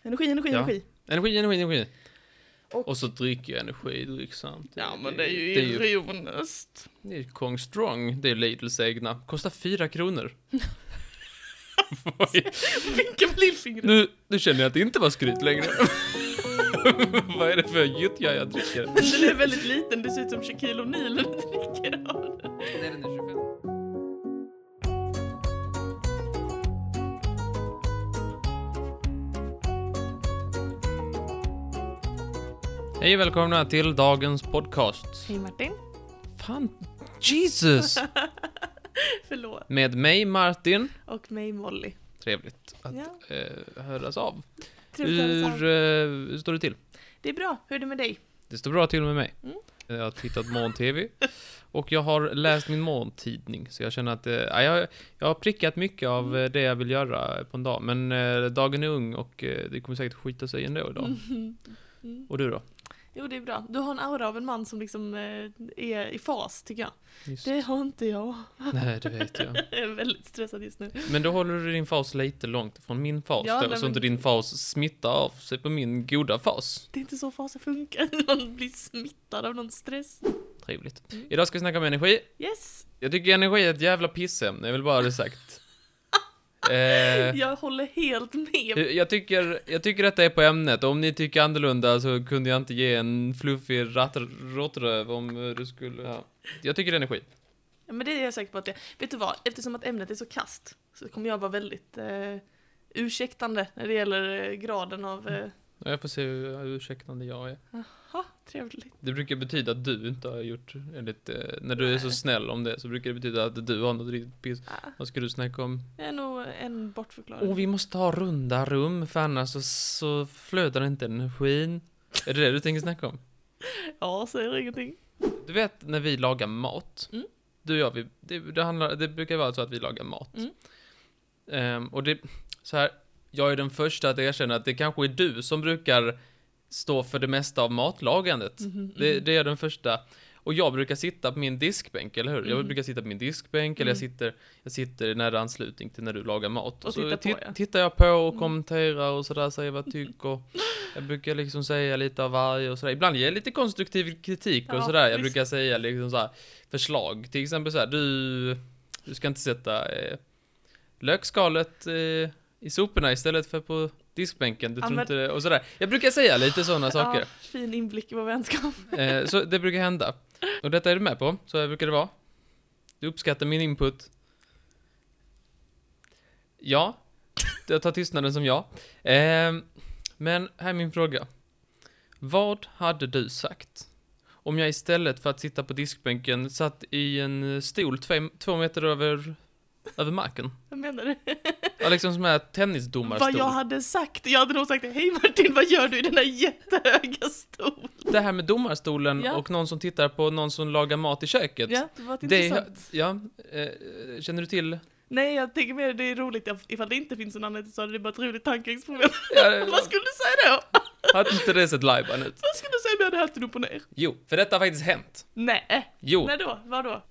Energi. Och så dricker jag energidryck samtidigt. Ja, men det är ju ironiskt. Det är Kong Strong, det är Lidls egna. Kostar 4 kronor. Vilken lillfinger. Nu känner jag att det inte var skryt längre. Vad är det för gyttja jag dricker? Den är väldigt liten, det ser ut som Shaquille O'Neal när du dricker av den. Nej, den är 25. Hej och välkomna till dagens podcast. Hej Martin. Fan, Jesus! Förlåt. Med mig Martin. Och mig Molly. Trevligt att höras av. Hur står det till? Det är bra, hur är det med dig? Det står bra till med mig. Mm. Jag har tittat morgon-tv. Och jag har läst min morgontidning. Så jag känner att jag har prickat mycket av det jag vill göra på en dag. Men dagen är ung och det kommer säkert skita sig ändå idag. Mm. Och du då? Jo, det är bra. Du har en aura av en man som liksom är i fas, tycker jag. Just. Det har inte jag. Nej, det vet jag. Jag är väldigt stressad just nu. Men då håller du din fas lite långt från min fas Ja, då, nej, så inte din fas smittar av sig på min goda fas. Det är inte så faser funkar. Man blir smittad av någon stress. Trevligt. Idag ska vi snacka om energi. Yes! Jag tycker energi är ett jävla pissämne, jag vill bara ha det sagt. Jag håller helt med. Jag tycker detta är på ämnet. Om ni tycker annorlunda så kunde jag inte ge en fluffig råttröv om du skulle... Ja. Jag tycker energi. Ja, men det är jag säker på att det... Vet du vad? Eftersom att ämnet är så kast så kommer jag vara väldigt ursäktande när det gäller graden av... Jag får se hur ursäktande jag är. Jaha, trevligt. Det brukar betyda att du inte har gjort... när du är så snäll om det så brukar det betyda att du har något riktigt piss. Vad ska du snacka om? Det är nog en bortförklaring. Vi måste ha runda rum för annars så flödar inte energin. Är det du tänker snacka om? Ja, säger ingenting. Du vet när vi lagar mat. Mm. Du och jag, det brukar vara så att vi lagar mat. Och det så här, jag är den första att erkänna att det kanske är du som brukar stå för det mesta av matlagandet. Det är den första. Och jag brukar sitta på min diskbänk, eller hur? Jag brukar sitta på min diskbänk eller jag sitter i nära anslutning till när du lagar mat. Och så tittar jag på och kommenterar och sådär, säger vad jag tycker. Jag brukar liksom säga lite av varje och sådär. Ibland ger jag lite konstruktiv kritik och sådär. Jag brukar säga liksom såhär förslag. Till exempel såhär, du ska inte sätta lökskalet i soporna istället för på diskbänken. Du tror inte det, och sådär. Jag brukar säga lite sådana saker. Fin inblick i vår vänskap. Så det brukar hända. Och detta är du med på, så brukar det vara. Du uppskattar min input. Ja, jag tar tystnaden som ja. Men här är min fråga. Vad hade du sagt om jag istället för att sitta på diskbänken satt i en stol 2 meter över marken? Vad menar du? Ja, liksom som en tennisdomarstol. Vad jag hade sagt? Jag hade nog sagt, hej Martin, vad gör du i den här jättehöga stolen? Det här med domarstolen och någon som tittar på någon som lagar mat i köket. Ja, det var intressant. Känner du till? Nej, jag tänker mer det är roligt. Ifall det inte finns en annan så är det bara ett roligt tankeexperiment. Vad skulle du säga då? Hade inte det sett lajban ut? Vad skulle du säga om jag hade haft det upp och ner? Jo, för detta har faktiskt hänt. Nej. Jo. När då? Vad då?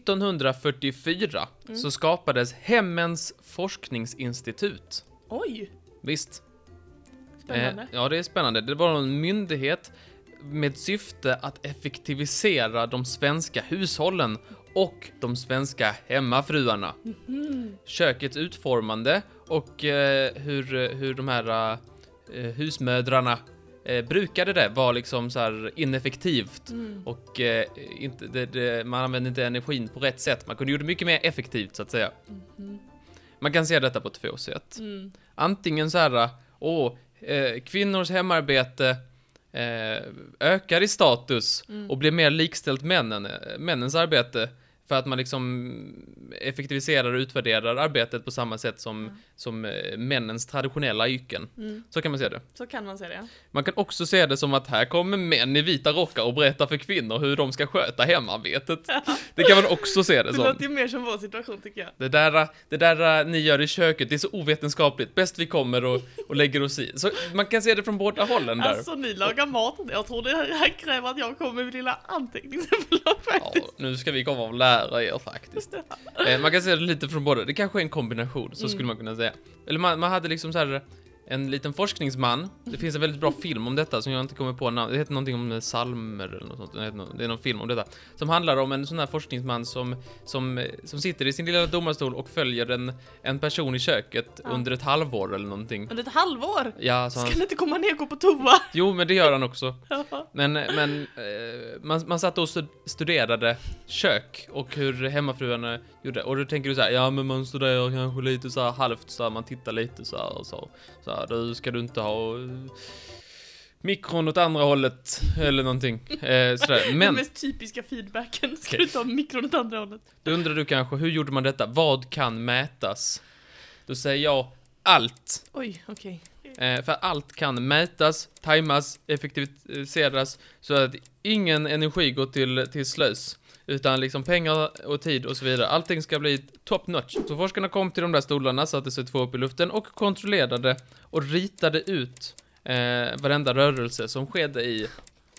1944 så skapades Hemmens forskningsinstitut. Oj. Visst. Spännande. Ja, det är spännande. Det var en myndighet med syfte att effektivisera de svenska hushållen och de svenska hemmafruarna. Kökets utformande och hur de här husmödrarna brukade det var liksom så här ineffektivt och man använde inte energin på rätt sätt. Man kunde göra det mycket mer effektivt så att säga. Man kan se detta på 2 sätt. Antingen så här, kvinnors hemarbete ökar i status och blir mer likställt männens arbete. För att man liksom effektiviserar och utvärderar arbetet på samma sätt som männens traditionella yrken. Så kan man se det. Så kan man se det, ja. Man kan också se det som att här kommer män i vita rockar och berättar för kvinnor hur de ska sköta hemarbetet. Det kan man också se det som. Det låter ju mer som vår situation, tycker jag. Det där ni gör i köket, det är så ovetenskapligt. Bäst vi kommer och lägger oss i. Så man kan se det från båda hållen där. Alltså, ni lagar mat. Jag tror det här kräver att jag kommer med lilla anteckningsförlag faktiskt. Ja, nu ska vi komma och lära er faktiskt. Man kan se det lite från båda. Det kanske är en kombination, så skulle man kunna säga. Eller man hade liksom så här en liten forskningsman. Det finns en väldigt bra film om detta som jag inte kommer på namn. Det heter någonting om salmer eller något sånt. Det är någon film om detta. Som handlar om en sån här forskningsman som sitter i sin lilla domarstol och följer en person i köket under ett halvår eller någonting. Under ett halvår? Ja, så ska han inte komma ner och gå på toa? Jo, men det gör han också. Ja. Men man satt och studerade kök och hur hemmafruarna gjorde. Och då tänker du så här, ja men man studerar kanske lite så här halvt så här, man tittar lite så här och så här, då ska du inte ha mikron åt andra hållet eller någonting. Sådär. Men den mest typiska feedbacken, ska du ta mikron åt andra hållet? då undrar du kanske, hur gjorde man detta? Vad kan mätas? Då säger jag allt. Oj, okej. För allt kan mätas, timas, effektiviseras så att ingen energi går till slös. Utan liksom pengar och tid och så vidare. Allting ska bli top notch. Så forskarna kom till de där stolarna, satte sig två upp i luften och kontrollerade och ritade ut varenda rörelse som skedde i.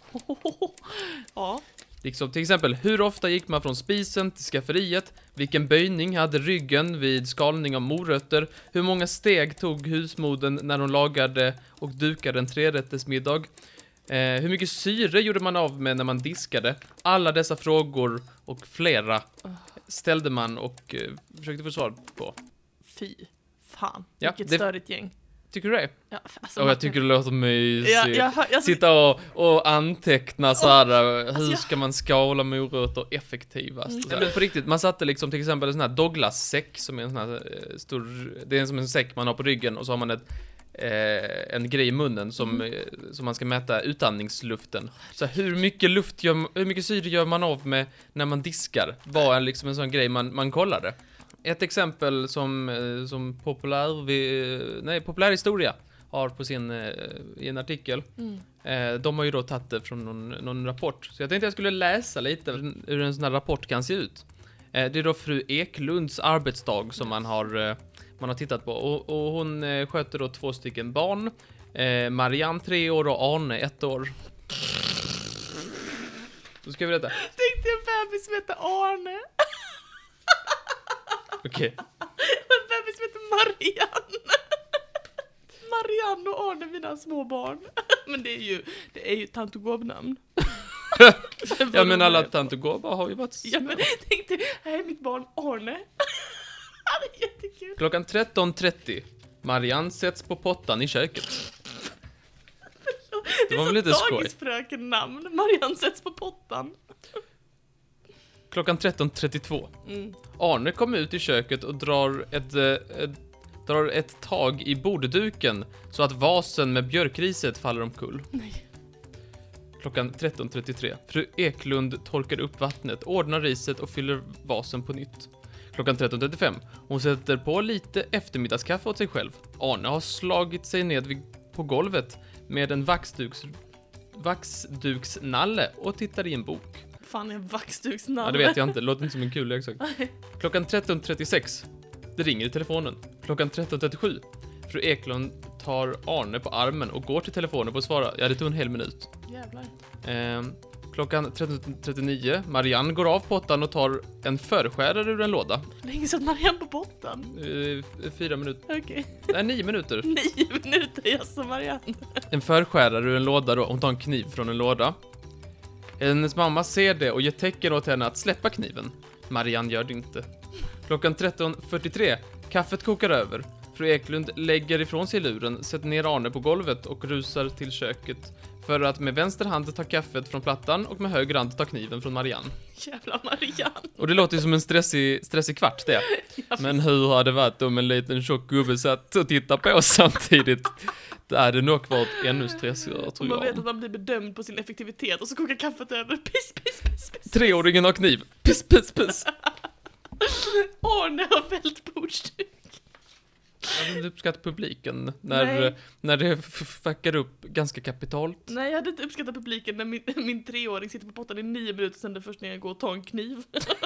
Ja. Liksom till exempel, hur ofta gick man från spisen till skafferiet? Vilken böjning hade ryggen vid skalning av morötter? Hur många steg tog husmodern när hon lagade och dukade en 3-rättersmiddag? Hur mycket syre gjorde man av med när man diskade? Alla dessa frågor och flera ställde man och försökte få svar på. Fy fan, Ja, vilket störigt gäng. Tycker du det? Ja, alltså, Och jag tycker det låter mysigt. jag Sitta och anteckna så här, hur ska man skala morötter effektivast? Men på riktigt, man satte liksom till exempel en sån här Douglas-säck som är en sån här stor, det är som en säck man har på ryggen och så har man en grej i munnen som man ska mäta utandningsluften. Så hur mycket syre gör man av med när man diskar? Var är liksom en sån grej man kollade. Ett exempel som populärhistoria har på sin i en artikel. De har ju då tagit det från någon rapport. Så jag tänkte jag skulle läsa lite hur en sån här rapport kan se ut. Det är då fru Eklunds arbetsdag som man har tittat på. Och hon sköter då 2 stycken barn. Marianne 3 år och Arne 1 år. Då ska vi berätta. tänkte en bebis som heter Arne. Okej. En bebis som heter Marianne. Marianne och Arne, mina små barn. Men det är ju tant och gåvnamn. Ja, men alla tant och gåva har ju varit. Ja, men jag tänkte, här är mitt barn Arne. Det är jättekul. Klockan 13:30. Marianne sätts på pottan i köket. Det var väl lite skoj. Dagisfröken namn. Marianne sätts på pottan. Klockan 13:32. Arne kommer ut i köket och drar ett tag i bordduken så att vasen med björkriset faller omkull. Nej. Klockan 13:33. Fru Eklund torkar upp vattnet, ordnar riset och fyller vasen på nytt. Klockan 13:35. Hon sätter på lite eftermiddagskaffe åt sig själv. Arne har slagit sig ned på golvet med en vaxduksnalle och tittar i en bok. Fan, en vaxduksnalle. Ja, det vet jag inte. Låter inte som en kul leksak. Klockan 13:36. Det ringer i telefonen. Klockan 13:37. Fru Eklund tar Arne på armen och går till telefonen för att svara. Ja, det tog en hel minut. Jävlar. Klockan 13:39. Marianne går av pottan och tar en förskärare ur en låda. Det är ingen satt Marianne på pottan. 4 minuter. Okej. Nej, 9 minuter. 9 minuter, jag som Marianne. En förskärare ur en låda då. Hon tar en kniv från en låda. Hennes mamma ser det och ger tecken åt henne att släppa kniven. Marianne gör det inte. Klockan 13:43. Kaffet kokar över. Fru Eklund lägger ifrån sig luren, sätter ner Arne på golvet och rusar till köket för att med vänster hand ta kaffet från plattan och med höger hand ta kniven från Marianne. Jävla Marianne. Och det låter ju som en stressig kvart det. Men hur hade det varit om en liten tjock gubbe satt och tittade på samtidigt? Det hade nog varit ännu stressigare, tror jag. Man vet att man blir bedömd på sin effektivitet och så kokar kaffet över. Piss, piss, piss, piss. 3-åringen har kniv. Piss, piss, piss. Arne har vält bordsduk. Jag hade inte uppskattat publiken när det fuckar upp ganska kapitalt. Nej, jag hade inte uppskattat publiken när min 3-åring sitter på pottan i 9 minuter sen det först när jag går och tar en kniv.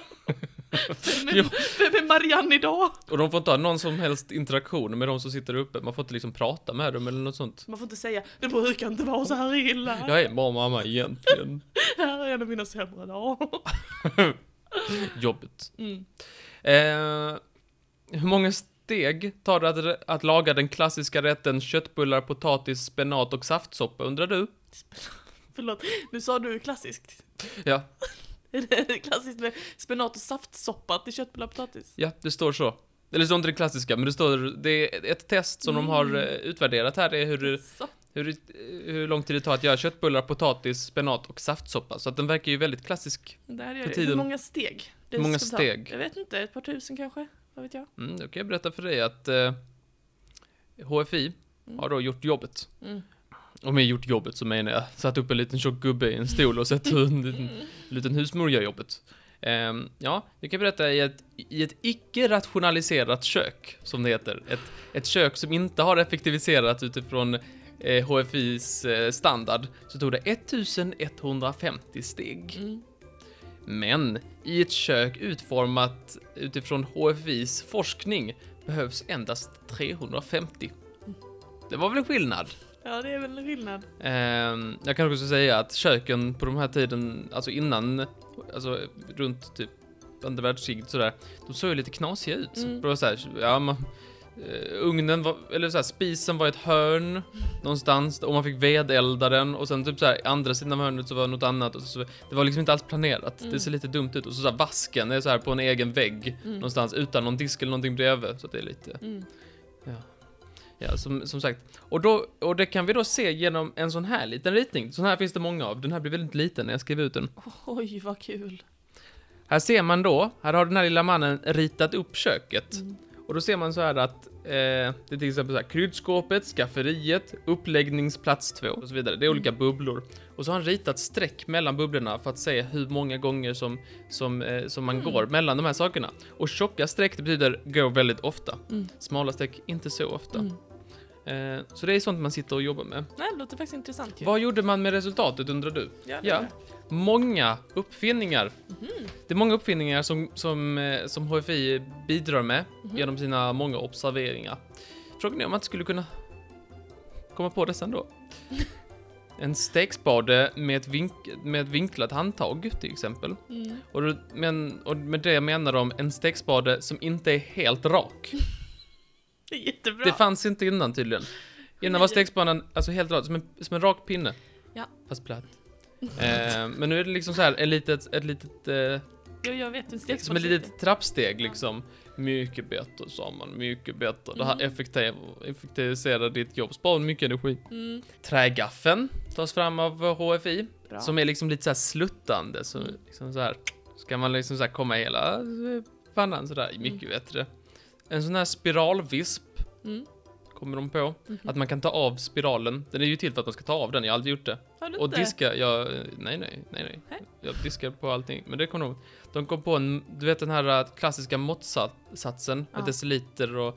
Med Marianne idag. Och de får inte ha någon som helst interaktion med de som sitter uppe. Man får inte liksom prata med dem eller något sånt. Man får inte säga, det brukar inte vara så här illa. Jag är bara mamma egentligen. Det här är en av mina sämre dagar. Jobbigt. Hur många steg tar det att laga den klassiska rätten köttbullar, potatis, spenat och saftsoppa, undrar du? Förlåt, nu sa du klassiskt. Ja. Är det klassiskt med spenat och saftsoppa till köttbullar och potatis? Ja, det står så. Eller det står inte det klassiska, men det är ett test som de har utvärderat här, är hur lång tid det tar att göra köttbullar, potatis, spenat och saftsoppa. Så att den verkar ju väldigt klassisk för tiden. Hur många steg? Hur många steg? Jag vet inte, ett par tusen kanske? Vad vet jag? Då kan jag berätta för dig att HFI har då gjort jobbet. Och med gjort jobbet så menar jag satt upp en liten tjock gubbe i en stol och sett hur en liten husmor gör jobbet. Ja, vi kan berätta i ett icke-rationaliserat kök, som det heter. Ett kök som inte har effektiviserat utifrån HFIs standard, så tog det 1150 steg. Men i ett kök utformat utifrån HFIs forskning behövs endast 350. Det var väl en skillnad? Ja, det är väl en skillnad. Jag kan också säga att köken på de här tiden, alltså innan, alltså runt typ andra världskriget sådär, de såg ju lite knasiga ut. Det var så här, ja, ugnen var, eller så här, spisen var ett hörn någonstans och man fick vedelda den, och sen typ så här, andra sidan av hörnet så var något annat, och så, det var liksom inte alls planerat. Det ser lite dumt ut, och så här, vasken är så här på en egen vägg någonstans utan någon disk eller någonting bredvid, så att det är lite ja, som sagt. Och det kan vi då se genom en sån här liten ritning. Sån här finns det många av. Den här blir väldigt liten när jag skriver ut den. Oj, vad kul. Här ser man då, här har den här lilla mannen ritat upp köket. Och då ser man så här att det är till exempel så här, kryddskåpet, skafferiet, uppläggningsplats 2 och så vidare. Det är olika bubblor. Och så har han ritat streck mellan bubblorna för att se hur många gånger som man går mellan de här sakerna. Och tjocka streck, det betyder går väldigt ofta. Smala streck, inte så ofta. Så det är sånt man sitter och jobbar med. Nej, det låter faktiskt intressant ju. Vad gjorde man med resultatet, undrar du? Ja. Många uppfinningar. Det är många uppfinningar som HFI bidrar med genom sina många observeringar. Frågan är om man inte skulle kunna komma på det sen då. En stekspade med ett vinklat handtag till exempel. Och med det menar de en stekspade som inte är helt rak. Det är jättebra. Det fanns inte innan tydligen. Innan var stekspaden alltså helt rak, som en rak pinne. Ja. Fast platt. Men nu är det liksom så här ett litet jag vet, en stekspade. som ett litet trappsteg liksom. Mycket bättre, sa man. Mycket bättre. Det här effektiviserar ditt jobb. Sparar mycket energi. Trägaffeln tas fram av HFI. Bra. Som är liksom lite så här sluttande. Så liksom så här ska man liksom så här komma hela pannan så där. Mycket bättre. En sån här spiralvisp kommer de på. Att man kan ta av spiralen. Den är ju till för att man ska ta av den. Jag har aldrig gjort det. Och diska, nej. Jag diskar på allting. Men det kom de kom på du vet den här klassiska måttsatsen med deciliter och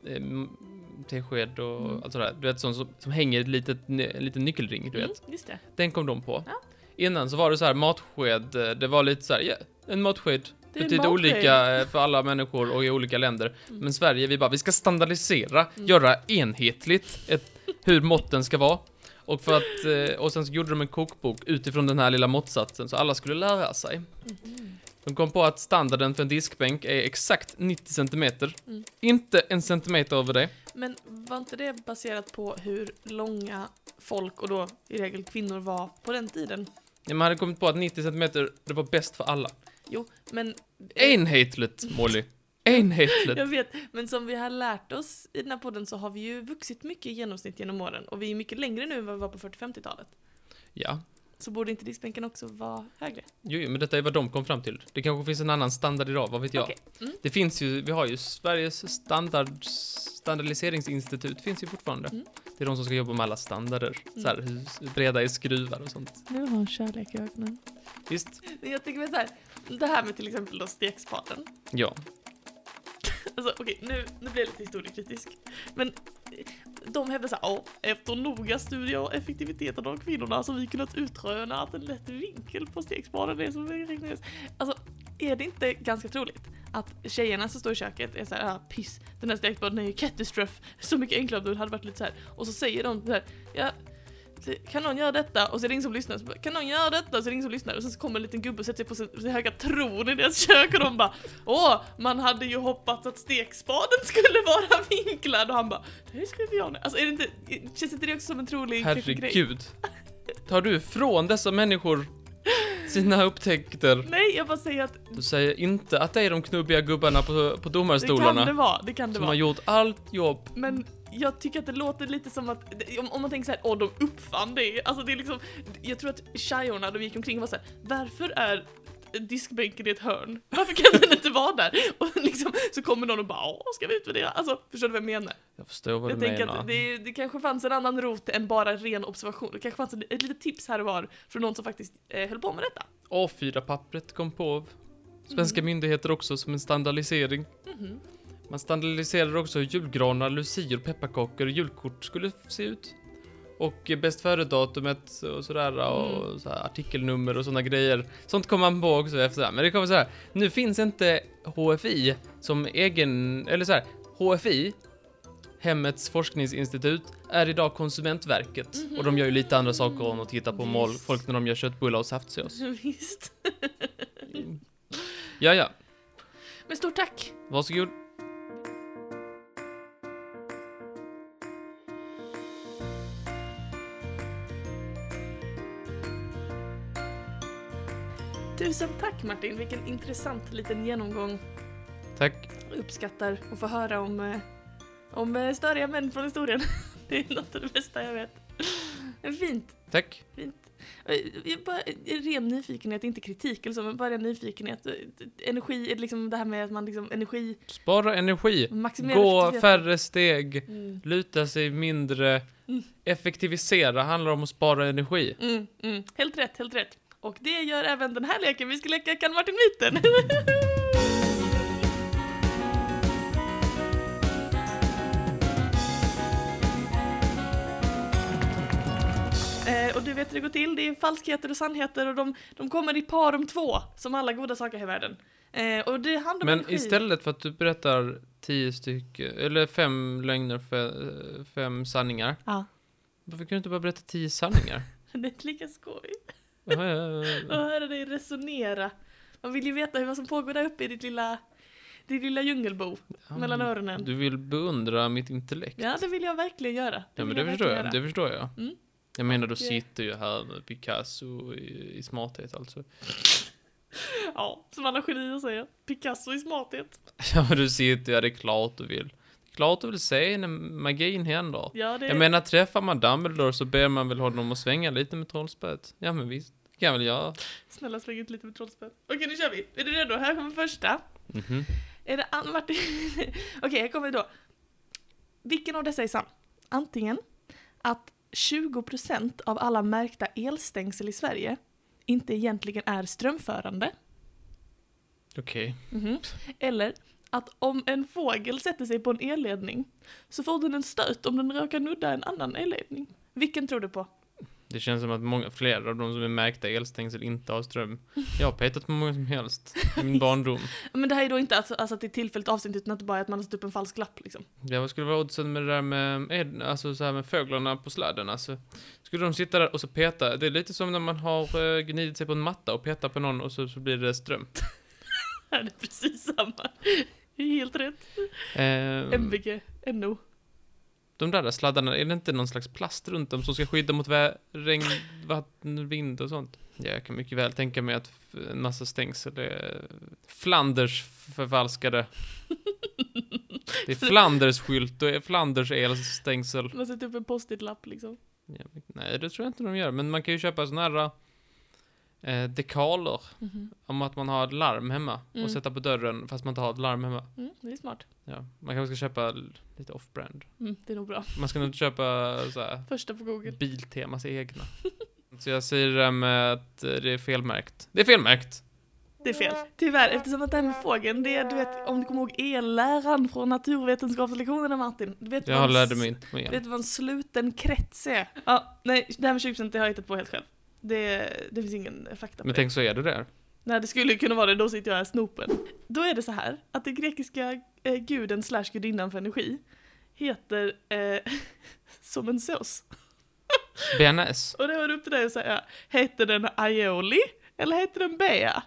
tesked och allt sådär. Du vet sån som hänger en liten nyckelring, du vet. Just det. Den kom de på. Ja. Innan så var det så här matsked. Det var lite så här, en matsked. Det betyder olika för alla människor och i olika länder. Men Sverige, vi ska standardisera, göra enhetligt hur måtten ska vara. Och och sen så gjorde de en kokbok utifrån den här lilla måttsatsen så alla skulle lära sig. De kom på att standarden för en diskbänk är exakt 90 cm. Inte en centimeter över det. Men var inte det baserat på hur långa folk, och då i regel kvinnor, var på den tiden? Ja, man hade kommit på att 90 cm det var bäst för alla. Jo, men... Enhetligt, Molly. Enhetligt. Jag vet, men som vi har lärt oss i den här podden så har vi ju vuxit mycket i genomsnitt genom åren. Och vi är mycket längre nu än vad vi var på 40-50-talet. Ja. Så borde inte diskbänken också vara högre? Jo, men detta är vad de kom fram till. Det kanske finns en annan standard idag, vad vet jag. Okay. Det finns ju, vi har ju Sveriges standardiseringsinstitut finns ju fortfarande. Det är de som ska jobba med alla standarder. Så här, hur breda är skruvar och sånt. Nu har kärlek i ögonen. Visst. Jag tycker så här, det här med till exempel då stekspaden. Ja. Alltså okej, nu blir jag lite historiekritisk. Men de hävdar så här, efter noga studier och effektiviteten av kvinnorna så har vi kunnat utröna att en lätt vinkel på stekspaden är som räknas. Alltså, är det inte ganska troligt att tjejerna som står i köket är så här, piss, den här stekspaden är ju katastrof, så mycket enklare om det hade varit lite så här. Och så säger de så här, Så, kan någon göra detta? Och så är det ingen som lyssnar. Så bara, kan någon göra detta? Och så är det ingen som lyssnar. Och så kommer en liten gubbe och sätter sig på sin höga tron i deras kök. Och de bara, man hade ju hoppats att stekspaden skulle vara vinklad. Och han bara, det skriver jag nu. Alltså känns inte det också som en trolig grej? Herregud. Tar du ifrån dessa människor sina upptäckter? Nej, jag bara säger att... Du säger inte att det är de knubbiga gubbarna på domarstolarna. Det kan det vara. Som har gjort allt jobb. Men jag tycker att det låter lite som att, om man tänker så här, de uppfann det. Alltså det är liksom, jag tror att tjejorna, de gick omkring och var så här, varför är diskbänken i ett hörn? Varför kan den inte vara där? Och liksom, så kommer någon och bara, ska vi utvärdera? Alltså, förstår du vad jag menar? Jag förstår vad du tänker menar. Att det kanske fanns en annan rot än bara ren observation. Det kanske fanns ett litet tips här och var från någon som faktiskt höll på med detta. A4-pappret kom på svenska myndigheter också som en standardisering. Man standardiserar också hur julgranar, lucior, pepparkakor och julkort skulle se ut. Och bäst före-datumet och sådär, och så här, artikelnummer och sådana grejer. Sånt kommer man på också efter. Men det kommer så här, nu finns inte HFI som egen, eller så här, HFI, Hemmets forskningsinstitut, är idag Konsumentverket. Och de gör ju lite andra saker än att titta på folk när de gör köttbullar och saftsås. Visst. Ja. Men stort tack. Varsågod. Tusen tack Martin, vilken intressant liten genomgång. Tack. Uppskattar att få höra om störiga män från historien. Det är något av det bästa jag vet. Fint. Tack. Fint. Jag bara, ren nyfikenhet, inte kritik eller så, men bara nyfikenhet. Energi, liksom det här med att man liksom energi... Spara energi. Gå färre steg. Luta sig mindre. Effektivisera handlar om att spara energi. Helt rätt. Och det gör även den här leken. Vi ska leka Kan Martin myten. Och du vet hur det går till. Det är falskheter och sannheter och de kommer i par om 2, som alla goda saker här i världen. Och det handlar om men energi. Istället för att du berättar 10 stycken, eller 5 lögner, 5 sanningar. Ja. Varför kan du inte bara berätta 10 sanningar? Det är inte lika skoj. Ja. Och höra dig resonera. Man vill ju veta vad som pågår där uppe i ditt lilla djungelbo mellan öronen. Du vill beundra mitt intellekt. Ja, det vill jag verkligen göra. Det förstår jag. Jag menar, du sitter ju här med Picasso i smarthet alltså. Ja, som alla genier säger. Picasso i smarthet. Ja, men du sitter ju, det är klart du vill. Klart du vill se när magin händer. Ja, det... Jag menar, träffar man Dumbledore så ber man väl honom att svänga lite med trollspöet. Ja, men visst. Kan väl jag. Snälla, sväng ut lite med trollspöet. Okej, nu kör vi. Är du redo? Här kommer första. Är det Martin? Okej, här kommer då. Vilken av dessa är sann? Antingen att 20% av alla märkta elstängsel i Sverige inte egentligen är strömförande. Okej. Eller att om en fågel sätter sig på en elledning så får den en stöt om den råkar nudda en annan elledning. Vilken tror du på? Det känns som att fler av de som är märkta elstängsel inte har ström. Jag har petat på många som helst i min barndom. Men det här är då inte alltså att det är tillfälligt avsnitt, utan att det bara är att man har satt upp en falsk lapp liksom. Ja, vad skulle vara oddsen med det där med så här med fåglarna på sladden? Alltså, skulle de sitta där och så peta? Det är lite som när man har gnidit sig på en matta och petar på någon och så blir det ström. Det är precis samma. Det är helt rätt. MVG, NO. De där sladdarna, är det inte någon slags plast runt dem som ska skydda mot regn, vatten, vind och sånt? Ja, jag kan mycket väl tänka mig att en massa stängsel är Flanders förfalskade. Det är Flanders skylt och Flanders elstängsel. Man sätter upp en post-it-lapp liksom. Ja, nej, det tror jag inte de gör. Men man kan ju köpa såna här dekaler om att man har ett larm hemma och sätta på dörren fast man inte har ett larm hemma. Det är smart. Ja, man kanske ska köpa lite off-brand. Det är nog bra. Man ska nog köpa så här, första på Google. Biltemas egna. Så jag säger det med att det är felmärkt. Det är felmärkt! Det är fel. Tyvärr, eftersom att det här med fågeln, det är, du vet, om du kommer ihåg elläran från naturvetenskapslektionerna, Martin. Du vet jag lärde mig inte med. Du vet vad en sluten krets är? Ja, nej, det här med 20% det har jag hittat på helt själv. Det finns ingen fakta på men tänk så är det där. Nej, det skulle kunna vara det, då sitter jag här snopen. Då är det så här, att den grekiska guden / gudinnan för energi heter som en sås. Bearnaise. Och det var upp till dig att säga, heter den aioli eller heter den bea?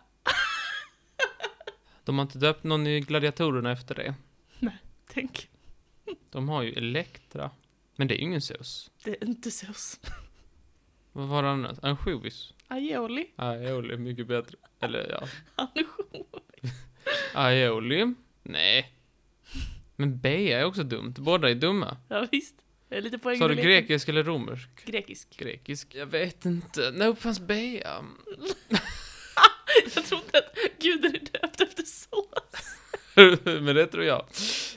De har inte döpt någon i gladiatorerna efter det. Nej, tänk. De har ju Elektra. Men det är ju ingen sås. Det är inte sås. Vad var det annars? Ansjovis? Aioli. Aioli är mycket bättre. Eller ja. Ansjovis. Aioli? Nej. Men bea är också dumt. Båda är dumma. Ja visst. Det är lite poäng. Sa du med leken. grekisk eller romersk? Grekisk. Grekisk. Jag vet inte. När uppfanns bea? Jag tror inte att guden är döpt efter sås. Men det tror jag.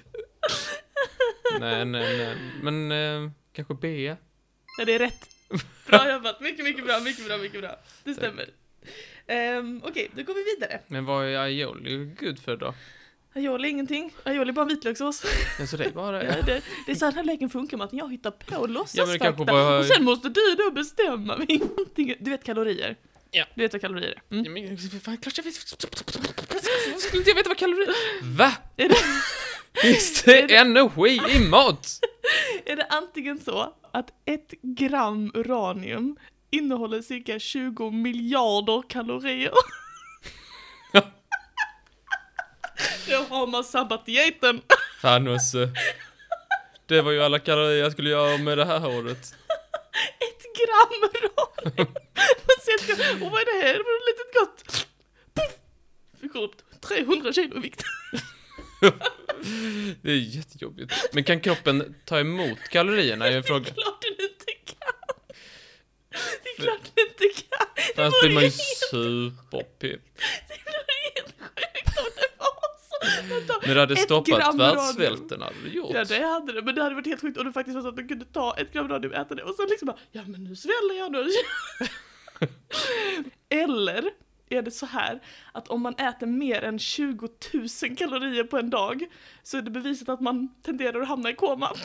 Nej. Men kanske bea? Ja, det är rätt. Bra jobbat. Mycket bra. Det stämmer. Okej, då går vi vidare. Men vad är aioli gud för då? Aioli är ingenting. Aioli är bara vitlökssås. Alltså det är bara... Ja, det är så här den här leken funkar, med att jag hittar på låtsasfakta. kanske bara... Och sen måste du då bestämma. Du vet kalorier. Ja. Du vet vad kalorier är. Mm. Ja, men fan, klart jag vet. Skulle inte jag veta vad kalorier är? Va? Är det... Finns det energi i mat? Är det antingen så att 1 gram uranium innehåller cirka 20 miljarder kalorier? Då har man sabbat dieten. Fan också. Det var ju alla kalorier jag skulle göra med det här året. 1 gram uranium. Och vad är det här? Det var litet gott. Puff! Fick upp 300 kilo i vikt. Det är jättejobbigt. Men kan kroppen ta emot kalorierna? Är en fråga. Det är klart den inte kan. Det är klart den inte kan. Annars blir man ju superpipp. Det blir helt sjukt om det var så. Men det hade 1 stoppat gram världssvälten, hade det gjort. Ja, det hade det. Men det hade varit helt sjukt om det faktiskt var så att man kunde ta 1 gram radium och äta det. Och sen liksom bara, ja men nu sväller jag nu. Eller är det så här att om man äter mer än 20 000 kalorier på en dag så är det bevisat att man tenderar att hamna i koma.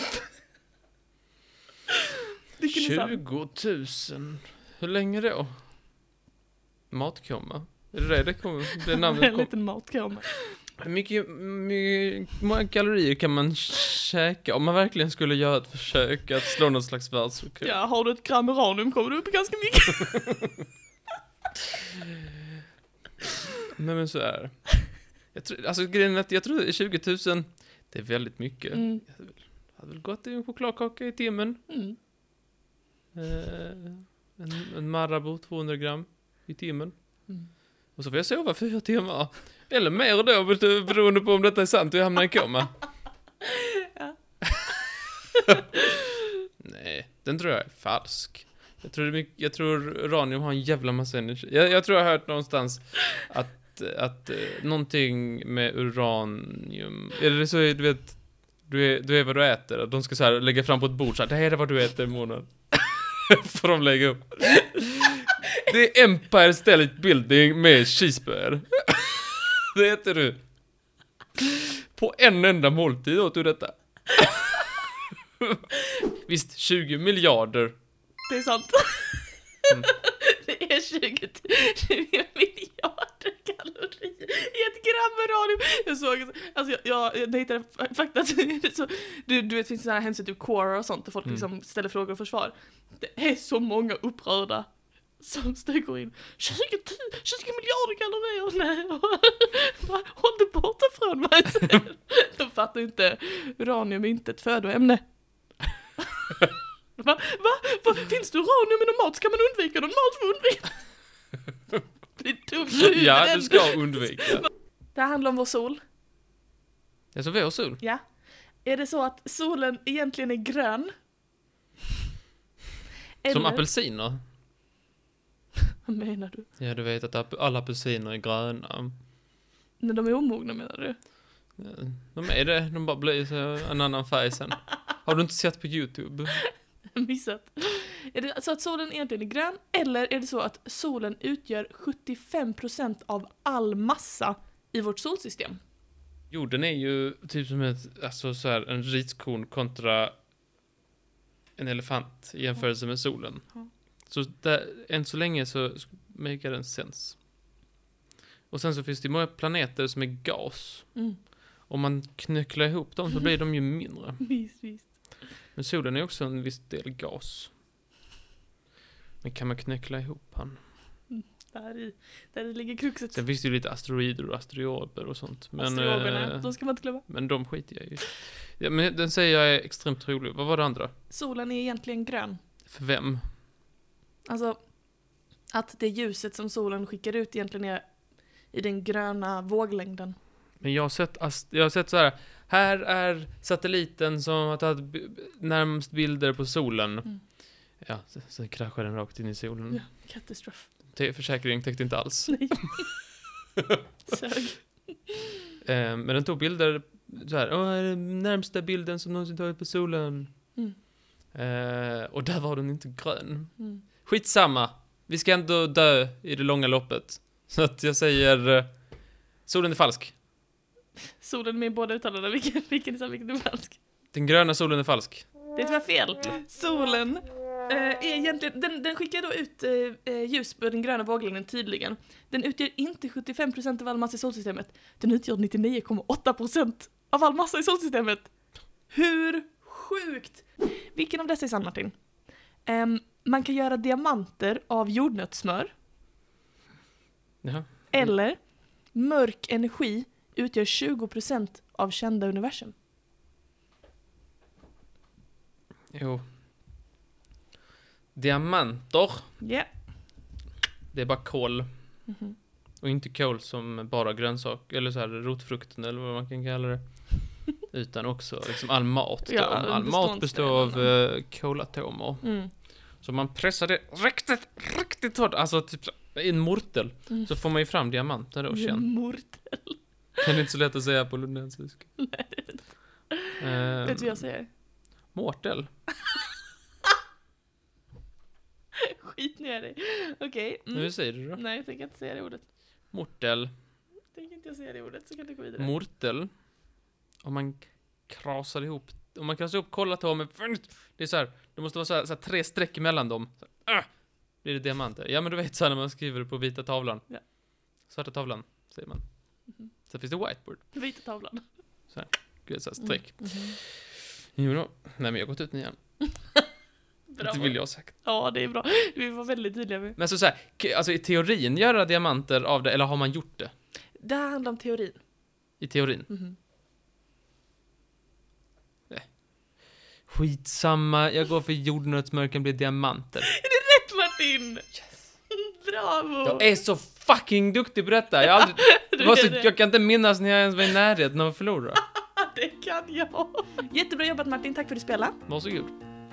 20 000. Hur länge då? Matkoma? Är det kommer? Det namnet En kommer. liten matkoma. Hur mycket många kalorier kan man käka om man verkligen skulle göra ett försök att slå någon slags världsrekord? Ja, har du 1 gram uranium kommer du upp i ganska mycket. Nej men så är det. Alltså grejen är att jag tror 20 000 det är väldigt mycket. Mm. Jag hade väl gått i en chokladkaka i timmen. Mm. En Marabou 200 gram i timmen. Mm. Och så får jag sova 4 timmar. Eller mer då, beroende på om detta är sant och jag hamnar i koma. Ja. Nej, den tror jag är falsk. Jag tror uranium har en jävla massa energi. Jag tror jag har hört någonstans att någonting med uranium... Är det så, du vet, du är vad du äter. Att de ska så här lägga fram på ett bord så här, det här är vad du äter i månaden. Får de lägga upp. Det är Empire State Building med cheeseburger. Det äter du. På en enda måltid åt du detta. Visst, 20 miljarder. Det är sant. Mm. Det är 20 miljarder kalorier i 1 gram uranium. Jag såg, alltså jag hittade fakta. Så, du vet, finns sådana här hemsidor, Quora och sånt, där folk liksom ställer frågor och försvar. Det är så många upprörda som stiger in. 20 miljarder kalorier. Nej, håll det borta från mig. De fattar inte, uranium är inte ett födoämne. Va? Finns det uranium i någon mat? Ska man undvika någon mat för att undvika? Det är dumt. Ja, du ska undvika. Det här handlar om vår sol. Alltså vår sol? Ja. Är det så att solen egentligen är grön? Som apelsiner? Vad menar du? Ja, du vet att alla apelsiner är gröna. När de är omogna, menar du? De är det, de bara blir så en annan färg sen. Har du inte sett på YouTube? Missat. Är det så att solen egentligen är grön, eller är det så att solen utgör 75% av all massa i vårt solsystem? Jorden är ju typ som en riskorn kontra en elefant i jämförelse med solen. Så än så länge så make den sens. Och sen så finns det många planeter som är gas. Mm. Om man knycklar ihop dem så blir de ju mindre. Visst. Men solen är också en viss del gas. Men kan man knäckla ihop han? Där ligger kruxet. Sen finns det ju lite asteroider och asteroider och sånt. Men, Asteroiderna, de ska man inte glömma. men de skiter jag i. Ja, men den säger jag är extremt trolig. Vad var det andra? Solen är egentligen grön. För vem? Alltså, att det ljuset som solen skickar ut egentligen är i den gröna våglängden. Men jag har sett så här är satelliten som har tagit närmast bilder på solen. Mm. Ja, så kraschar den rakt in i solen. Ja, katastrof. Försäkringen täckte inte alls. Nej. Sög. Men den tog bilder så här, den närmsta bilden som någonsin tagit på solen. Mm. Och där var den inte grön. Mm. Skitsamma. Vi ska ändå dö i det långa loppet. Så att jag säger solen är falsk. Solen med båda uttalarna, vilken är sann, vilken är falsk? Den gröna solen är falsk. Det är tyvärr fel. Solen är egentligen, den skickar då ut ljus på den gröna våglängden tydligen. Den utgör inte 75% av all massa i solsystemet. Den utgör 99,8% av all massa i solsystemet. Hur sjukt? Vilken av dessa är sann, Martin? Man kan göra diamanter av jordnötssmör. Jaha. Eller mörk energi utgör 20% av kända universum. Jo. Diamanter. Ja. Det är bara kol. Mhm. Och inte kol som bara grönsak. Eller så här rotfrukten eller vad man kan kalla det. Utan också liksom all mat. Då. Ja, All mat består av kolatomer. Mm. Så man pressar det riktigt hårt. Alltså typ i en mortel. Mm. Så får man ju fram diamanter då sen. Mortel. Det är inte så lätt att säga på lundensiska. Nej, det är inte. Vet du vad jag säger? Mortel. Skit ner dig. Okej. Nu säger du då. Nej, jag tänker inte säga det ordet. Mortel. Tänker inte jag säga det ordet så kan du gå vidare. Mortel. Om man krasar ihop kolatomer. Det är så här. Det måste vara så här 3 streck mellan dem. Så här, blir det diamanter. Ja, men du vet så här när man skriver det på vita tavlan. Ja. Svarta tavlan, säger man. Mhm. Så finns det whiteboard. Vita tavlan. Gud, så här streck. Mhm. Jo då. Nej, men jag har gått ut igen. Bra. Det vill jag ha sagt. Ja, det är bra. Vi var väldigt tydliga med. Men så här, alltså i teorin göra diamanter av det, eller har man gjort det? Det här handlar om teorin. I teorin. Mhm. Skitsamma, jag går för jordnötssmör kan bli diamanter. Rätt, Martin! Yes. Bravo! Jag är så fucking duktig på detta. Jag kan inte minnas när jag ens var i närheten av att förlora. Det kan jag. Jättebra jobbat, Martin. Tack för att du spelade. Varsågod.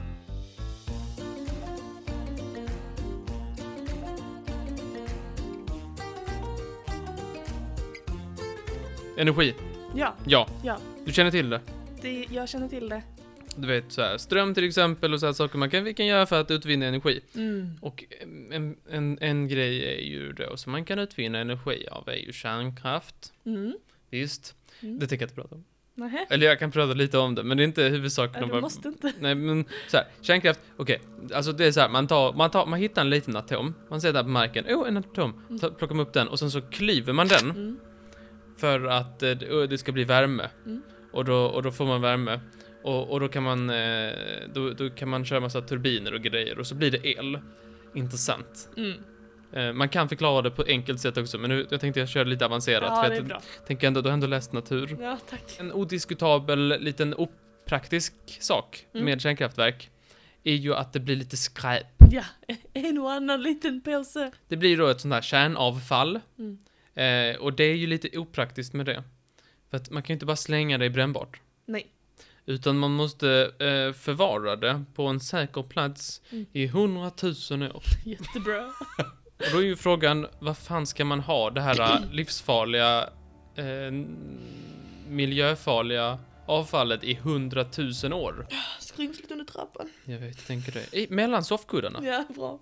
Energi. Ja, Ja, ja. du känner till det. Jag känner till det. Du vet så här, ström till exempel och så här saker vi kan göra för att utvinna energi. Mm. Och en grej är ju då som man kan utvinna energi av är ju kärnkraft. Mm. Visst. Mm. Det tänker jag inte prata om. Nähä. Eller jag kan prata lite om det, men det är inte huvudsaken. Du måste inte. Nej, men så här, kärnkraft, okej. Alltså det är så här, man hittar en liten atom. Man ser där på marken, en atom. Plockar man upp den och sen så klyver man den. Mm. För att det ska bli värme. Mm. Och då får man värme. Och då kan man köra massa turbiner och grejer. Och så blir det el. Intressant. Mm. Man kan förklara det på enkelt sätt också. Men jag tänkte jag köra lite avancerat. Ja, för det är jag bra. tänker ändå, du har ändå läst natur. Ja, tack. En odiskutabel, liten opraktisk sak med kärnkraftverk är ju att det blir lite skräp. Ja, en och annan liten påse. Det blir då ett sånt här kärnavfall. Mm. Och det är ju lite opraktiskt med det. För att man kan ju inte bara slänga det i brännbart. Nej. Utan man måste förvara det på en säker plats i 100 000 år. Jättebra. Och då är ju frågan, vad fan ska man ha det här livsfarliga, miljöfarliga avfallet i 100 000 år? Skrymsligt under trappan. Jag vet, jag tänker det. Mellan soffkuddarna. Ja, bra.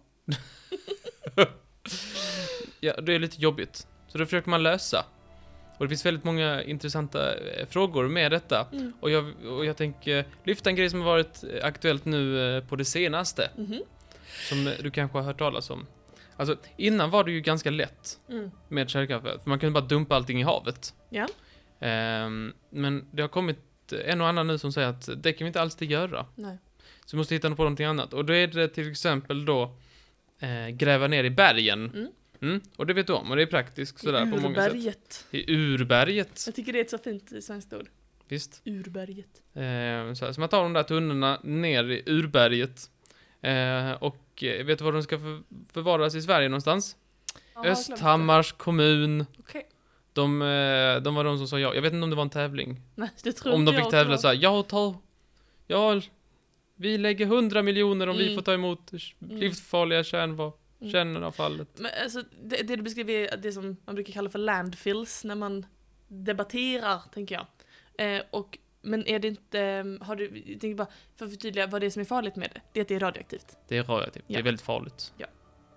Ja, det är lite jobbigt. Så då försöker man lösa. Och det finns väldigt många intressanta frågor med detta. Mm. Och jag tänker lyfta en grej som har varit aktuellt nu på det senaste. Mhm. Som du kanske har hört talas om. Alltså, innan var det ju ganska lätt med kärnkraftverk. För man kunde bara dumpa allting i havet. Ja. Men det har kommit en och annan nu som säger att det kan vi inte alls det göra. Nej. Så vi måste hitta på någonting annat. Och då är det till exempel då gräva ner i bergen. Och det vet du om, och det är praktiskt sådär på många sätt. I urberget. Jag tycker det är ett så fint svenskt ord. Visst. Urberget. Så man tar de där tunnorna ner i urberget. Och vet du var de ska förvaras i Sverige någonstans? Östhammars kommun. Okej. De var de som sa ja. Jag vet inte om det var en tävling. Nej, det tror om inte de jag fick tävla så här, vi lägger 100 miljoner om vi får ta emot livsfarliga kärnavfallet. Men alltså, det du beskriver är det som man brukar kalla för landfills när man debatterar, tänker jag. Men är det inte, jag tänker bara för att förtydliga vad det är som är farligt med det. Det är att det är radioaktivt. Det är radioaktivt, det är väldigt farligt. Ja.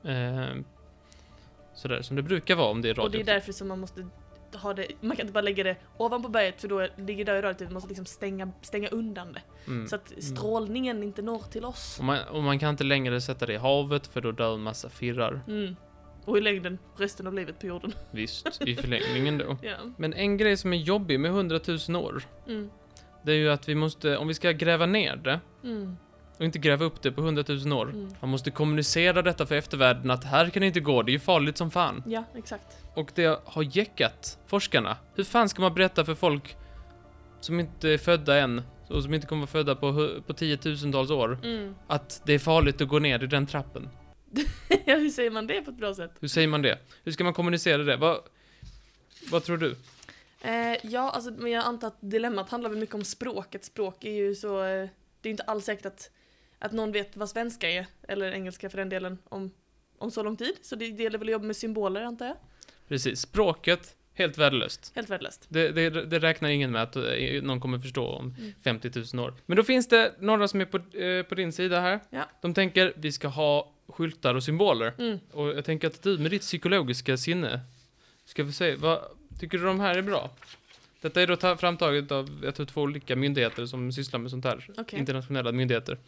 Sådär som det brukar vara om det är radioaktivt. Och det är därför som man måste ha det, man kan inte bara lägga det ovanpå berget för då ligger det radioaktivt, man måste liksom stänga undan det. Så att strålningen inte når till oss. Och man kan inte längre sätta det i havet för då dör en massa firrar. Och i längden resten av livet på jorden. Visst, i förlängningen då. Ja. Men en grej som är jobbig med 100 000 år, det är ju att vi måste, om vi ska gräva ner det och inte gräva upp det på 100 000 år, man måste kommunicera detta för eftervärlden att här kan det inte gå, det är ju farligt som fan. Ja, exakt. Och det har jäckat forskarna. Hur fan ska man berätta för folk som inte är födda än och som inte kommer vara födda på 10 000-tals år att det är farligt att gå ner i den trappen? Ja, hur säger man det på ett bra sätt? Hur säger man det? Hur ska man kommunicera det? Vad tror du? Ja, alltså, men jag antar att dilemmat handlar väl mycket om språket. Språk är ju så... det är inte alls säkert att någon vet vad svenska är, eller engelska för den delen, om så lång tid. Så det gäller väl att jobba med symboler, antar jag. Precis, språket, helt värdelöst. Helt värdelöst. Det räknar ingen med att någon kommer förstå om 50 000 år. Men då finns det några som är på din sida här. Ja. De tänker, vi ska ha skyltar och symboler. Och jag tänker att du med ditt psykologiska sinne ska vi se, vad tycker du de här är bra? Detta är då framtaget av, jag tror, 2 olika myndigheter som sysslar med sånt här. Okay. Internationella myndigheter.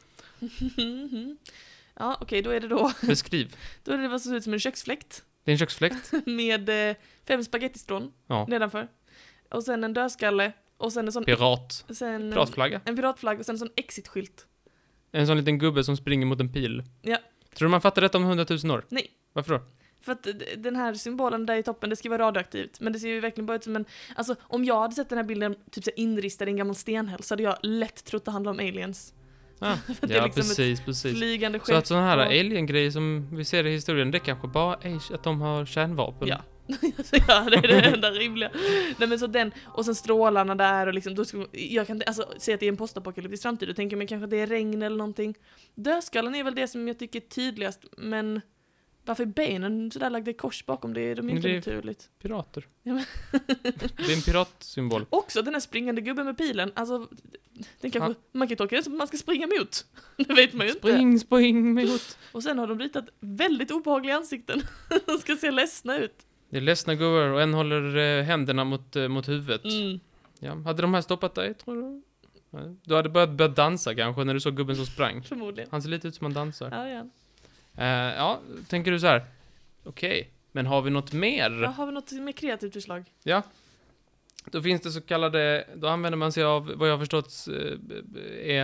Ja, okej, då är det då... Beskriv. Då är det vad som ser ut som en köksfläkt. Det är en köksfläkt. Med 5 spagettistrån nedanför. Och sen en dödskalle. Och sen en sån... Piratflagga. En piratflagga och sen en sån exit-skylt. En sån liten gubbe som springer mot en pil. Ja. Tror du man fattar detta om 100 000 år? Nej. Varför då? För att den här symbolen där i toppen, det ska vara radioaktivt. Men det ser ju verkligen bara ut som en... Alltså, om jag hade sett den här bilden typ så inristad i en gammal stenhäll så hade jag lätt trott att det handlar om aliens. Ja, liksom precis. Flygande skepp. Så att sådana här alien-grejer som vi ser i historien, det kanske bara är att de har kärnvapen. Ja. Ja, det är det enda rimliga. Nej, men så den, och sen strålarna där och liksom, då ska, jag kan se att det är en postapokalyptisk framtid och tänker mig kanske att det är regn eller någonting. Dödskallen är väl det som jag tycker är tydligast, men varför är benen sådär lagda i kors bakom det? De är inte naturligt. Pirater. Ja, men det är en piratsymbol. Också den här springande gubben med pilen, alltså den kanske, man kan tolka det som att man ska springa mot. Det vet man ju inte. Spring mot. Och sen har de ritat väldigt obehagliga ansikten. De ska se ledsna ut. Det är ledsna gubbar och en håller händerna mot huvudet. Ja, hade de här stoppat dig, tror du? Nej. Du hade börjat dansa kanske när du såg gubben som sprang. Förmodligen. Han ser lite ut som han dansar. Ja. Ja, tänker du så här. Okej, men har vi något mer? Ja, har vi något mer kreativt förslag? Ja. Då finns det så kallade, då använder man sig av vad jag har förstått är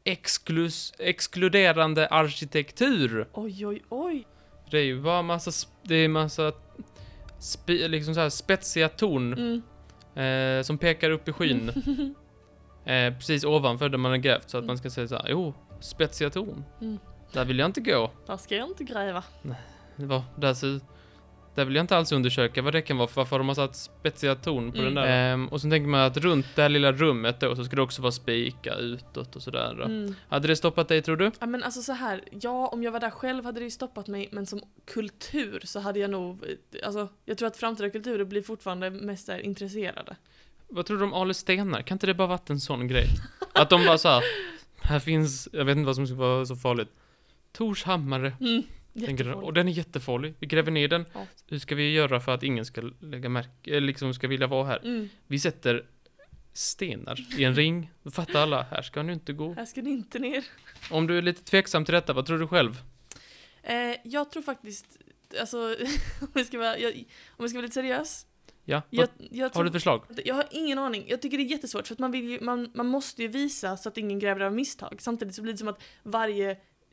exkluderande arkitektur. Oj. Det är ju bara massa liksom så här spetsiga torn som pekar upp i skyn. Precis ovanför där man har grävt, så att man ska säga så här, spetsiga torn. Där vill jag inte gå. Där ska jag inte gräva. Nej, där vill jag inte alls undersöka vad det kan vara, för varför de har satt spetsiga torn på den där. Och så tänker man att runt det här lilla rummet då, så ska det också vara spika utåt och sådär. Hade det stoppat dig, tror du? Ja, men alltså så här, om jag var där själv hade det ju stoppat mig, men som kultur så hade jag nog, alltså jag tror att framtida kulturer blir fortfarande mest där intresserade. Vad tror du om Ale Stenar? Kan inte det bara varit en sån grej? Att de bara så här finns, jag vet inte vad som ska vara så farligt. Tors hammare. Och den är jättefarlig. Vi gräver ner den. Ja. Hur ska vi göra för att ingen ska lägga märke, liksom ska vilja vara här? Vi sätter stenar i en ring. Då fattar alla, här ska ni inte gå. Här ska ni inte ner. Om du är lite tveksam till detta, vad tror du själv? Jag tror faktiskt, alltså om vi ska vara lite seriös. Ja, har du ett förslag? Jag har ingen aning. Jag tycker det är jättesvårt för att man måste ju visa så att ingen gräver av misstag. Samtidigt så blir det som att varje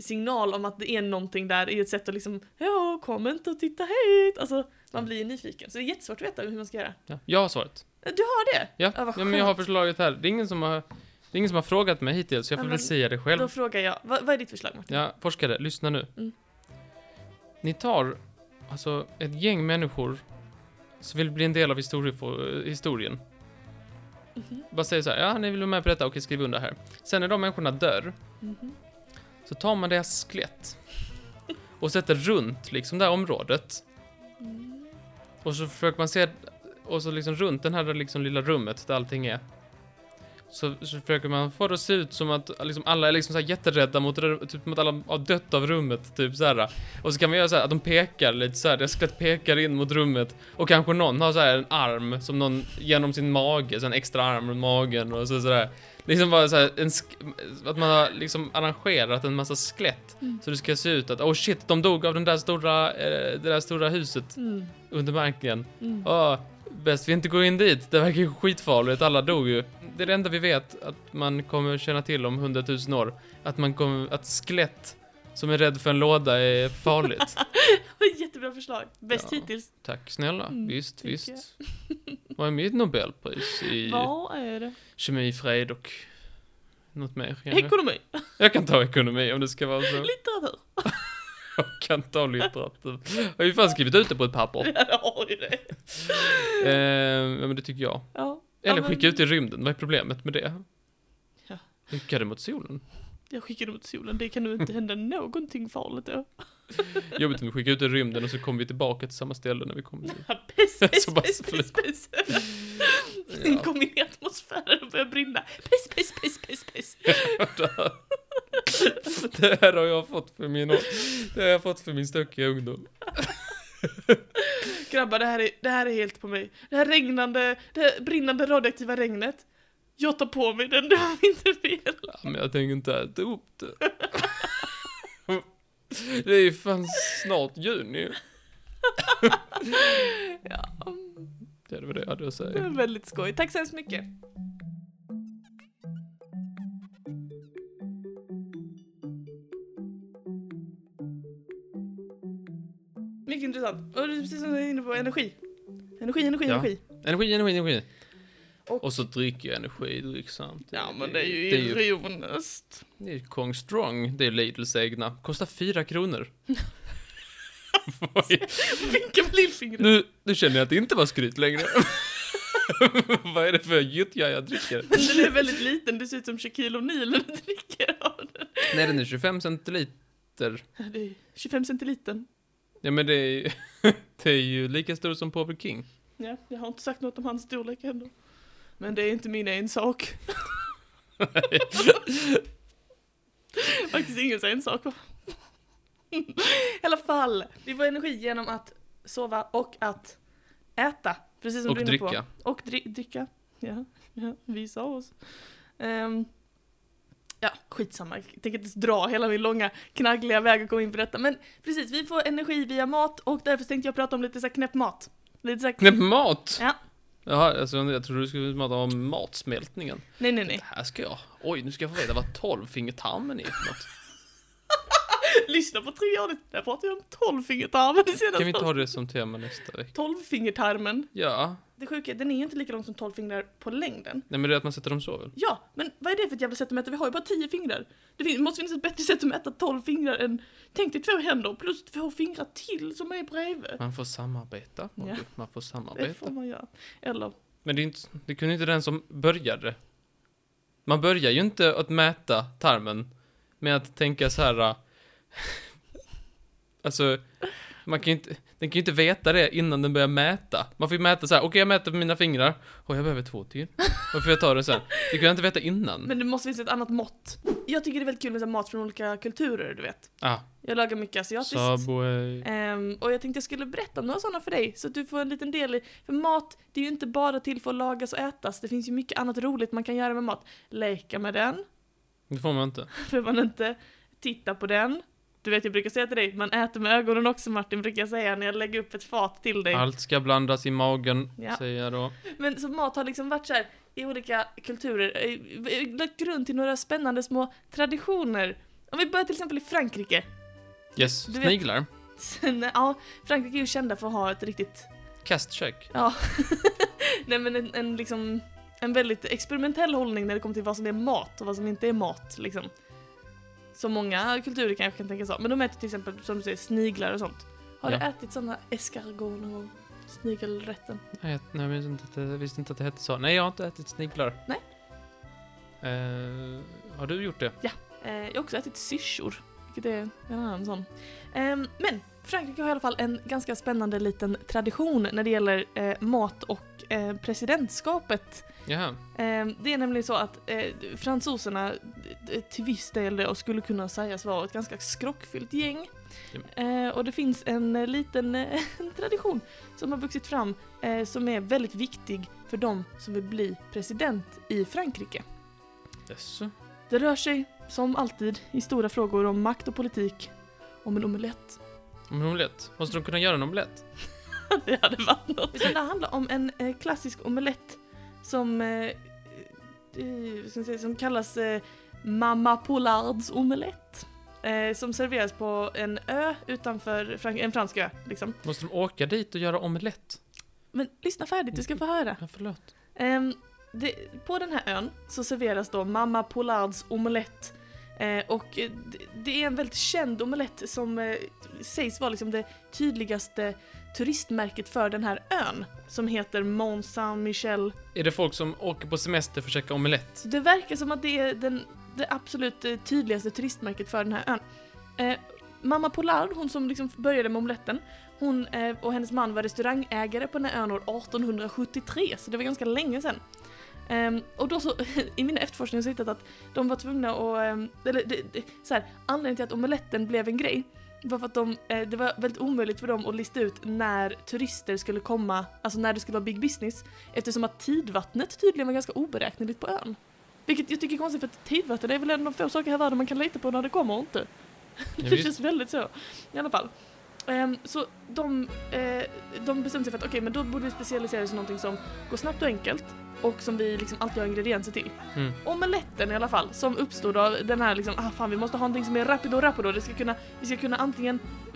signal om att det är någonting där i ett sätt att liksom, ja, kom inte och titta hit. Alltså, man blir nyfiken. Så det är jättesvårt att veta hur man ska göra. Ja, jag har svaret. Du har det? Ja, vad men jag har förslaget här. Det är ingen som har frågat mig hittills, så jag får väl säga det själv. Då frågar jag, vad är ditt förslag, Martin? Ja, forskare, lyssna nu. Ni tar alltså ett gäng människor som vill bli en del av historien. Bara säger så här, ja, ni vill vara med på detta, okej, skriv under här. Sen när de människorna dör, så tar man deras skelett och sätter runt liksom det här området. Och så försöker man se, och så liksom runt den här liksom lilla rummet där allting är. Så försöker man få det att se ut som att liksom alla är liksom så här jätterädda mot alla har dött av rummet, typ så här. Och så kan man göra så här att de pekar lite så här, deras skelett pekar in mot rummet, och kanske någon har så här en arm som någon genom sin mage, så en extra arm runt magen och så där. Liksom bara så här att man har liksom arrangerat en massa skelett så det ska se ut att oh shit, de dog av det där stora huset under marken. Bäst vi inte går in dit. Det verkar ju skitfarligt. Alla dog ju. Det är det enda vi vet att man kommer känna till om 100 000 år. Att skelett som är rädd för en låda är farligt. Jättebra förslag. Bäst hittills. Tack snälla. Visst. Vad är mitt Nobelpris i Vad är det? kemi, fred och något mer? Ekonomi. Jag kan ta ekonomi om det ska vara så. Litteratur. Jag kan ta litteratur. Jag har ju fan skrivit ut det på ett papper. Ja, har du det? Ja, men det tycker jag. Ja. Eller skicka ut i rymden. Vad är problemet med det? Ja. Skickar det mot solen? Jag skickar det mot solen. Det kan nog inte hända någonting farligt då. Jobbigt om vi skickar ut i rymden och så kommer vi tillbaka till samma ställe när vi kommer dit. Piss. Den kommer in i atmosfären och börjar brinna. Piss. Det här har jag fått för min stökiga ungdom. Grabbar, det här är helt på mig. Det här brinnande radioaktiva regnet. Jag tar på mig den, det har inte fel. Ja, men jag tänker inte äta upp det. Det är ju fan snart juni. Ja. Det var det jag hade att säga. Det är väldigt skoj. Tack så hemskt mycket. Mycket intressant. Och det är precis som du är inne på energi. Energi. Och så dricker jag energidryck samt. Ja, men det är ju ironiskt. Det är ju Kong Strong. Det är Lidls egna. Kostar 4 kronor. Vinka med lillfingret. Nu känner jag att det inte var skryt längre. Vad är det för gyttja jag dricker? Men den är väldigt liten. Det ser ut som Shaquille O'Neal när du dricker av den. Nej, den är 25 centiliter. Ja, det är 25 centiliter. Ja, men det är ju lika stor som Power King. Ja, jag har inte sagt något om hans storlek ändå. Men det är inte min ensak. Faktiskt ingen ensak. I alla fall, vi får energi genom att sova och att äta. Precis som och du är inne dricka. på. Och dricka. Ja, visa oss. Ja, skitsamma. Jag tänker inte ens dra hela min långa knaggliga väg och komma in på detta. Men precis, vi får energi via mat och därför tänkte jag prata om lite så här knäpp mat. Knäpp mat? Ja. Jaha, alltså, jag tror du skulle prata om matsmältningen. Nej. Det här ska jag. Oj, nu ska jag få veta vad 12-fingertarmen är för något. Lyssna på trivialet. Där pratar vi om 12-fingertarmen. Kan vi ta det som tema nästa vecka? 12-fingertarmen. Ja. Det sjuka, den är ju inte lika lång som 12 fingrar på längden. Nej, men det är att man sätter dem så väl? Ja, men vad är det för ett jävla sätt att mäta? Vi har ju bara 10 fingrar. Det måste finnas ett bättre sätt att mäta 12 fingrar än... Tänk dig 2 händer plus 2 fingrar till som är bredvid. Man får samarbeta. Ja. Man får samarbeta. Det får man göra. Eller... Men det kunde inte den som började. Man börjar ju inte att mäta tarmen med att tänka så här... Alltså, den kan ju inte veta det innan den börjar mäta. Man får ju mäta så här, okej, jag mäter på mina fingrar. Och jag behöver 2 till. Varför får jag ta det sen? Det kan jag inte veta innan. Men det måste finnas ett annat mått. Jag tycker det är väldigt kul med så här mat från olika kulturer, du vet. Jag lagar mycket asiatiskt. Subway. Och jag tänkte jag skulle berätta om några sådana för dig. Så att du får en liten del i... För mat, det är ju inte bara till för att lagas och ätas. Det finns ju mycket annat roligt man kan göra med mat. Leka med den. Det får man inte. Får man inte. Titta på den. Du vet, jag brukar säga till dig, man äter med ögonen också, Martin, brukar jag säga när jag lägger upp ett fat till dig. Allt ska blandas i magen, säger jag då. Men så mat har liksom varit så här i olika kulturer, lagt grund till några spännande små traditioner. Om vi börjar till exempel i Frankrike. Yes, Du vet- sniglar. Ja, Frankrike är ju kända för att ha ett riktigt... Kastkök. Ja. Nej, men en liksom... En väldigt experimentell hållning när det kommer till vad som är mat och vad som inte är mat, liksom. Så många kulturer kanske kan tänka så. Men de äter till exempel, som du säger, sniglar och sånt. Har du ätit sådana escargot någon gång? Snigelrätten? Nej, jag visste inte att det hette så. Nej, jag har inte ätit sniglar. Nej. Har du gjort det? Ja. Jag har också ätit syrsor, vilket är en annan sån. Men Frankrike har i alla fall en ganska spännande liten tradition när det gäller mat och presidentskapet. Jaha. Det är nämligen så att fransoserna till viss del då skulle kunna sägas vara ett ganska skrockfyllt gäng. Och det finns en liten tradition som har vuxit fram som är väldigt viktig för de som vill bli president i Frankrike. Yes. Det rör sig, som alltid, i stora frågor om makt och politik, om en omelett. Om en omelett? Måste de kunna göra en omelett? Det hade varit något. Det handlar om en klassisk omelett som kallas Mamma Pollards omelett. Som serveras på en ö utanför en fransk ö. Liksom. Måste de åka dit och göra omelett? Men lyssna färdigt, du ska få höra. Ja, förlåt. På den här ön så serveras då Mamma Pollards omelett. Och det är en väldigt känd omelett som sägs vara liksom det tydligaste turistmärket för den här ön, som heter Mont Saint-Michel. Är det folk som åker på semester för att käka omelett? Det verkar som att det är det absolut tydligaste turistmärket för den här ön. Mamma Pollard, hon som liksom började med omeletten, hon och hennes man var restaurangägare på den här ön år 1873, så det var ganska länge sedan. Och då så, i mina efterforskningar så har jag hittat att de var tvungna att, anledningen till att omeletten blev en grej var för att det var väldigt omöjligt för dem att lista ut när turister skulle komma, alltså när det skulle vara big business, eftersom att tidvattnet tydligen var ganska oberäkneligt på ön. Vilket jag tycker är konstigt, för att tidvatten är väl en av få saker här i världen man kan lita på när det kommer och inte. Det känns väldigt så, i alla fall. Så de bestämde sig för att okej, men då borde vi specialisera oss i någonting som går snabbt och enkelt och som vi liksom alltid har ingredienser till. Omeletten i alla fall, som uppstod av den här liksom, vi måste ha någonting som är rapido. Vi ska kunna antingen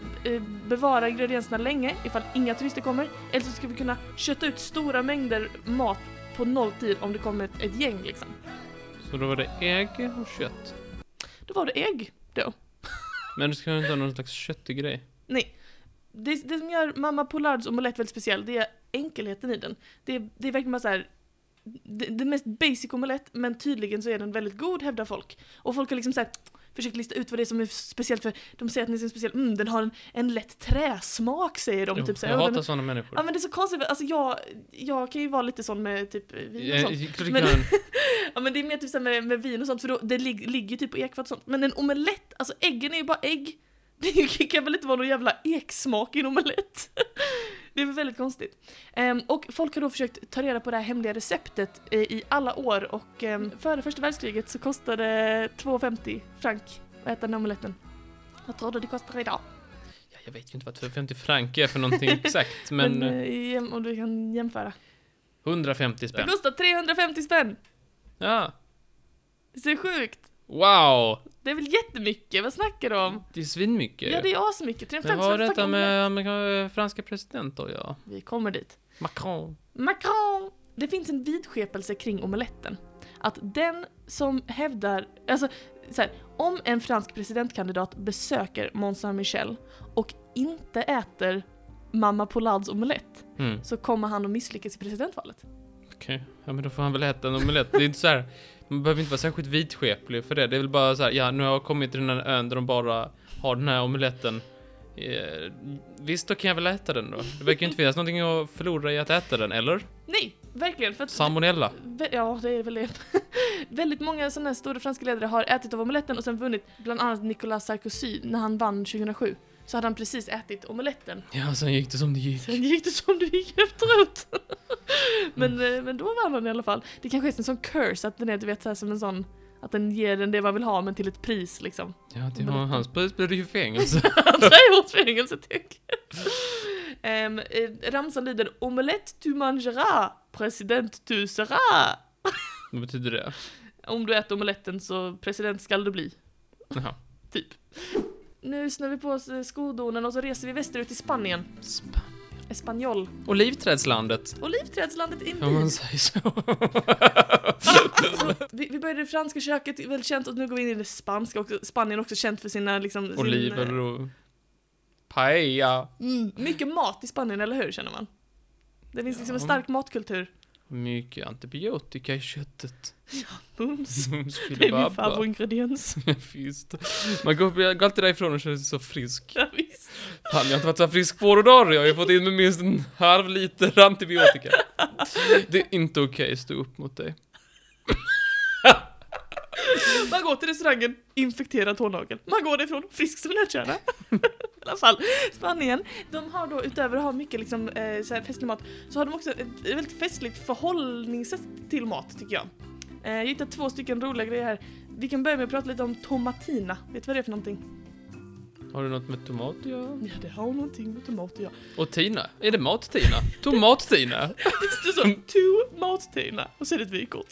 bevara ingredienserna länge ifall inga turister kommer, eller så ska vi kunna köta ut stora mängder mat på nolltid om det kommer ett gäng liksom. Så då var det ägg och kött? Då var det ägg då. Men du ska inte ha någon slags köttig grej? Nej. Det som gör Mamma Pollards omelett väldigt speciell, det är enkelheten i den. Det är verkligen bara så här, det mest basic omelett, men tydligen så är den väldigt god, hävdar folk. Och folk har liksom så här försökt lista ut vad det är som är speciellt, för de säger att den är så speciell. Den har en lätt träsmak, säger de. Typ, så jag hatar sådana människor. Ja, men det är så konstigt. Alltså jag kan ju vara lite sån med typ vin och sånt. Men det är mer typ så med vin och sånt, för då, det ligger typ på ekfat och sånt. Men en omelett, alltså äggen är ju bara ägg. Det kan väl inte vara någon jävla eksmak i en omelett. Det är väldigt konstigt. Och folk har då försökt ta reda på det här hemliga receptet i alla år. Och före första världskriget så kostade 2,50 frank att äta den omeletten. Vad tror du det kostar idag? Ja, jag vet ju inte vad 250 frank är för någonting exakt. Men om du kan jämföra. 150 spänn. Det kostar 350 spänn. Ja. Det är sjukt. Wow! Det är väl jättemycket, vad snackar du om? Det är svinmycket. Ja, det är asmycket. Det har detta med franska presidenter, ja. Vi kommer dit. Macron. Det finns en vidskepelse kring omeletten. Att den som hävdar, alltså så här, om en fransk presidentkandidat besöker Mont Saint-Michel och inte äter Mamma Pollards omelett, så kommer han att misslyckas i presidentvalet. Okej, ja, men då får han väl äta en omelett. Det är inte så här, man behöver inte vara särskilt vidskeplig för det. Det är väl bara så här, ja, nu har jag kommit till den här ön där de bara har den här omeletten. Visst, då kan jag väl äta den då. Det verkar inte finnas någonting att förlora i att äta den, eller? Nej, verkligen. För att, salmonella. Ja, det är väl det. Väldigt många sådana här stora franska ledare har ätit av omeletten och sen vunnit. Bland annat Nicolas Sarkozy när han vann 2007. Så hade han precis ätit omeletten. Ja, sen gick det som det gick. Efteråt. Men då vann han i alla fall. Det kanske är en sån curse att den är, du vet, så här, som en sån, att den ger den det man vill ha, men till ett pris liksom. Ja, det har hans pris blir det ju fängelse. 3 års fängelse, tycker jag. Ramsan lyder: omelette tu mangeras, president tu seras. Vad betyder det? Om du äter omeletten så president skall du bli. Jaha. Typ. Nu snör vi på oss skodonen och så reser vi västerut till Spanien. Espanol. Olivträdslandet. Olivträdslandet Om indeed. man säger så. Vi började det franska köket, väldigt känt, och nu går vi in i det spanska. Och Spanien är också känt för sina liksom... Oliver och paella. Mycket mat i Spanien, eller hur, känner man? Det finns liksom en stark matkultur. Mycket antibiotika i köttet. Bums. Mums Det är min filibabba. favoritingrediens. Visst. Man går alltid därifrån och känner sig så frisk. Ja, visst. Fan, jag har inte varit så frisk på dagar. Jag har ju fått in med minst en halv liter antibiotika. Det är inte okej att stå upp mot dig. Man går till restaurangen, infekterad tånagel. Man går därifrån, frisk som nötkärna. I alla fall, Spanien, de har då utöver att ha mycket liksom, så här festlig mat, så har de också ett väldigt festligt förhållningssätt till mat, tycker jag. Jag hittade 2 stycken roliga grejer här. Vi kan börja med att prata lite om tomatina. Vet du vad det är för någonting? Har du något med tomat att göra? Ja, det har någonting med tomat att göra. Och Tina? Är det mat-Tina? Tomat-Tina? Det står så, tomatina. Och så är det ett vykort.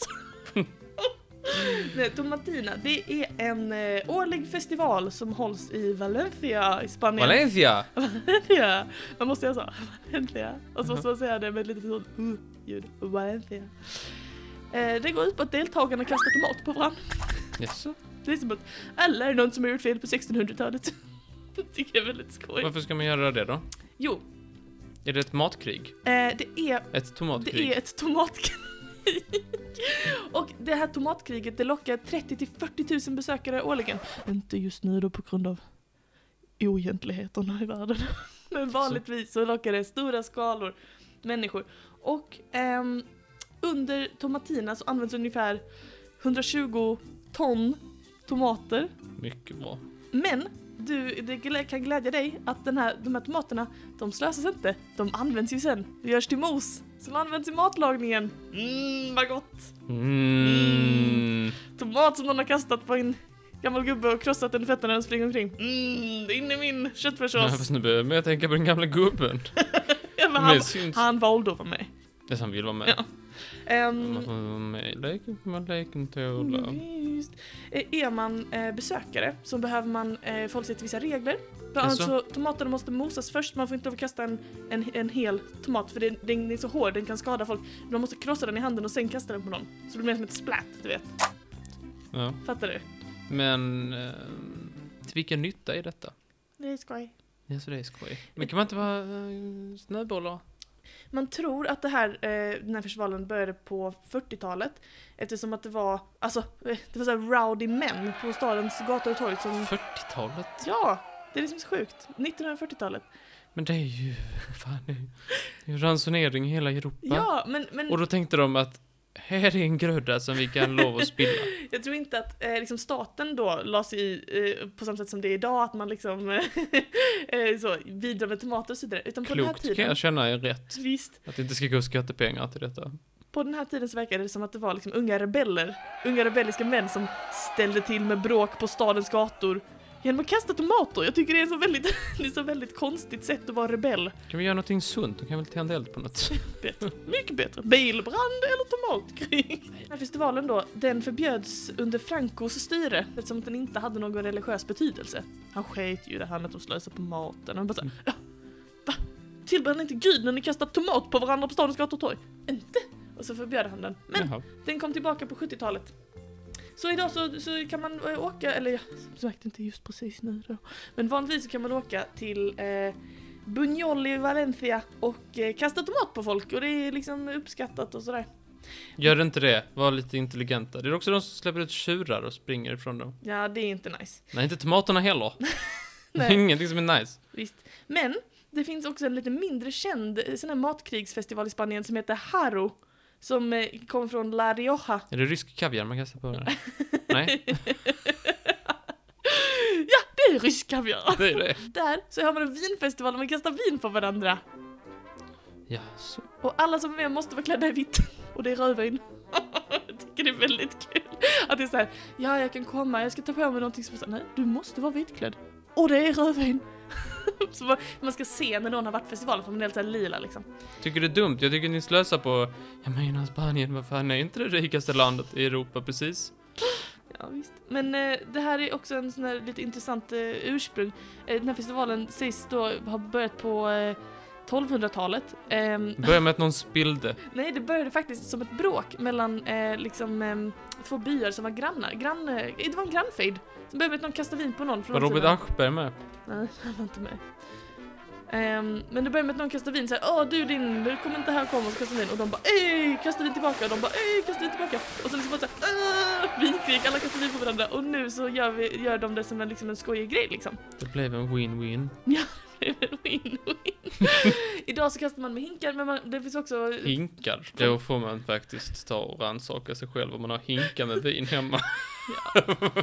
Nej, tomatina, det är en årlig festival som hålls i Valencia i Spanien. Valencia? Valencia. Man måste säga så. Valencia. Och så måste man säga det med lite sån ljud. Valencia. Det går ut på att deltagarna kastar tomat på varandra. Yes. Det är som att alla är någon som har gjort fel på 1600-talet. Det tycker jag är väldigt skoj. Varför ska man göra det då? Jo. Är det ett matkrig? Det är Ett tomatkrig? Det är ett tomatkrig. Och det här tomatkriget, det lockar 30-40 000 besökare årligen. Inte just nu då på grund av oegentligheterna i världen. Men vanligtvis så lockar det stora skalor människor. Och under tomatina så används ungefär 120 ton tomater. Mycket bra. Men det kan glädja dig att de här tomaterna, de slösas inte. De används ju sen. Det görs till mos som används i matlagningen. Vad gott! Tomat som någon har kastat på en gammal gubbe och krossat den i fötterna när den springer omkring. Det är inne i min köttfärssås. Ja, fast nu börjar jag med att tänka på den gamla gubben. Ja, men han valde att vara med. Det är som vill vara med. Ja. Man får vara med. Man leker tåla. Visst. Är man besökare så behöver man förhålla sig till vissa regler. Alltså, tomaterna måste mosas först. Man får inte kasta en hel tomat, för den är så hård, den kan skada folk. Man måste krossa den i handen och sen kasta den på någon. Så det blir mer som ett splat, du vet. Ja. Fattar du? Men till vilken nytta är detta? Det är skoj. Ja, så det är skoj. Men kan man inte vara snöbollar? Man tror att den här festivalen började på 40-talet, eftersom att det var så här rowdy män på stadens gator och torg som... 40-talet? Ja, det är liksom så sjukt. 1940-talet. Men det är ju det är ju ransonering i hela Europa. Ja, men... Och då tänkte de att här är en gröda som vi kan lov att spilla. Jag tror inte att liksom staten då la sig i på samma sätt som det är idag, att man liksom så bidrar med tomater och så vidare. Utan på den här Klokt tiden, kan jag känna är rätt. Visst. Att det inte ska gå skattepengar till detta. På den här tiden så verkade det som att det var liksom unga rebelliska män som ställde till med bråk på stadens gator genom att kasta tomater. Jag tycker det är så väldigt konstigt sätt att vara rebell. Kan vi göra någonting sunt? De kan väl tända eld på något? Bättre. Mycket bättre. Bilbrand eller tomatkrig. Den här festivalen då, den förbjöds under Francos styre eftersom den inte hade någon religiös betydelse. Han sket ju det här med att de slösade på maten. Han bara så, va? Tillber inte Gud när ni kastar tomat på varandra på stadens gator och torg? Inte? Och så förbjöd han den. Men den kom tillbaka på 70-talet. Så idag så kan man åka, eller ja, som sagt inte just precis nu då. Men vanligtvis så kan man åka till Buñol i Valencia och kasta tomat på folk. Och det är liksom uppskattat och sådär. Gör inte det, var lite intelligenta. Det är också de som släpper ut tjurar och springer ifrån dem. Ja, det är inte nice. Nej, inte tomaterna heller. Det är ingenting som är nice. Visst. Men det finns också en lite mindre känd sån här matkrigsfestival i Spanien som heter Haro. Som kommer från La Rioja. Är det rysk kaviar man kastar på den? Nej? Ja, det är rysk kaviar. Det är det. Där så har man en vinfestival och man kastar vin på varandra. Ja, så. Och alla som är med måste vara klädda i vitt. Och det är rödvin. Jag tycker det är väldigt kul. Att det är så här, ja jag kan komma, jag ska ta på mig någonting som säger, nej du måste vara vitklädd. Och det är rödvin. Så man ska se när någon har varit festivalen för man är helt så här lila liksom. Tycker det är dumt? Jag tycker ni slösar på... Jag menar Spanien, vad fan är inte det rikaste landet i Europa precis? Ja, visst. Men det här är också en sån här lite intressant ursprung. Den här festivalen sägs då ha börjat på 1200-talet. Börjar med att någon spillde. Nej, det började faktiskt som ett bråk mellan två byar som var grannar. Det var en grannfejd som började med att någon kastade vin på någon. Var Robert Aschberg med? Nej, han var inte med. Men det började med att någon kastade vin såhär, du kommer inte här komma och kasta vin. Och de bara, kasta vin tillbaka. Och de bara, kasta vin tillbaka. Och så liksom bara såhär, vinkrig, alla kastar vin på varandra. Och nu så gör de det som en skojig grej liksom. Det blev en win-win. Ja, det blev en win-win. Idag så kastar man med hinkar, men det finns också... Hinkar? Då får man faktiskt ta och rannsaka sig själv om man har hinkar med vin hemma. Ja.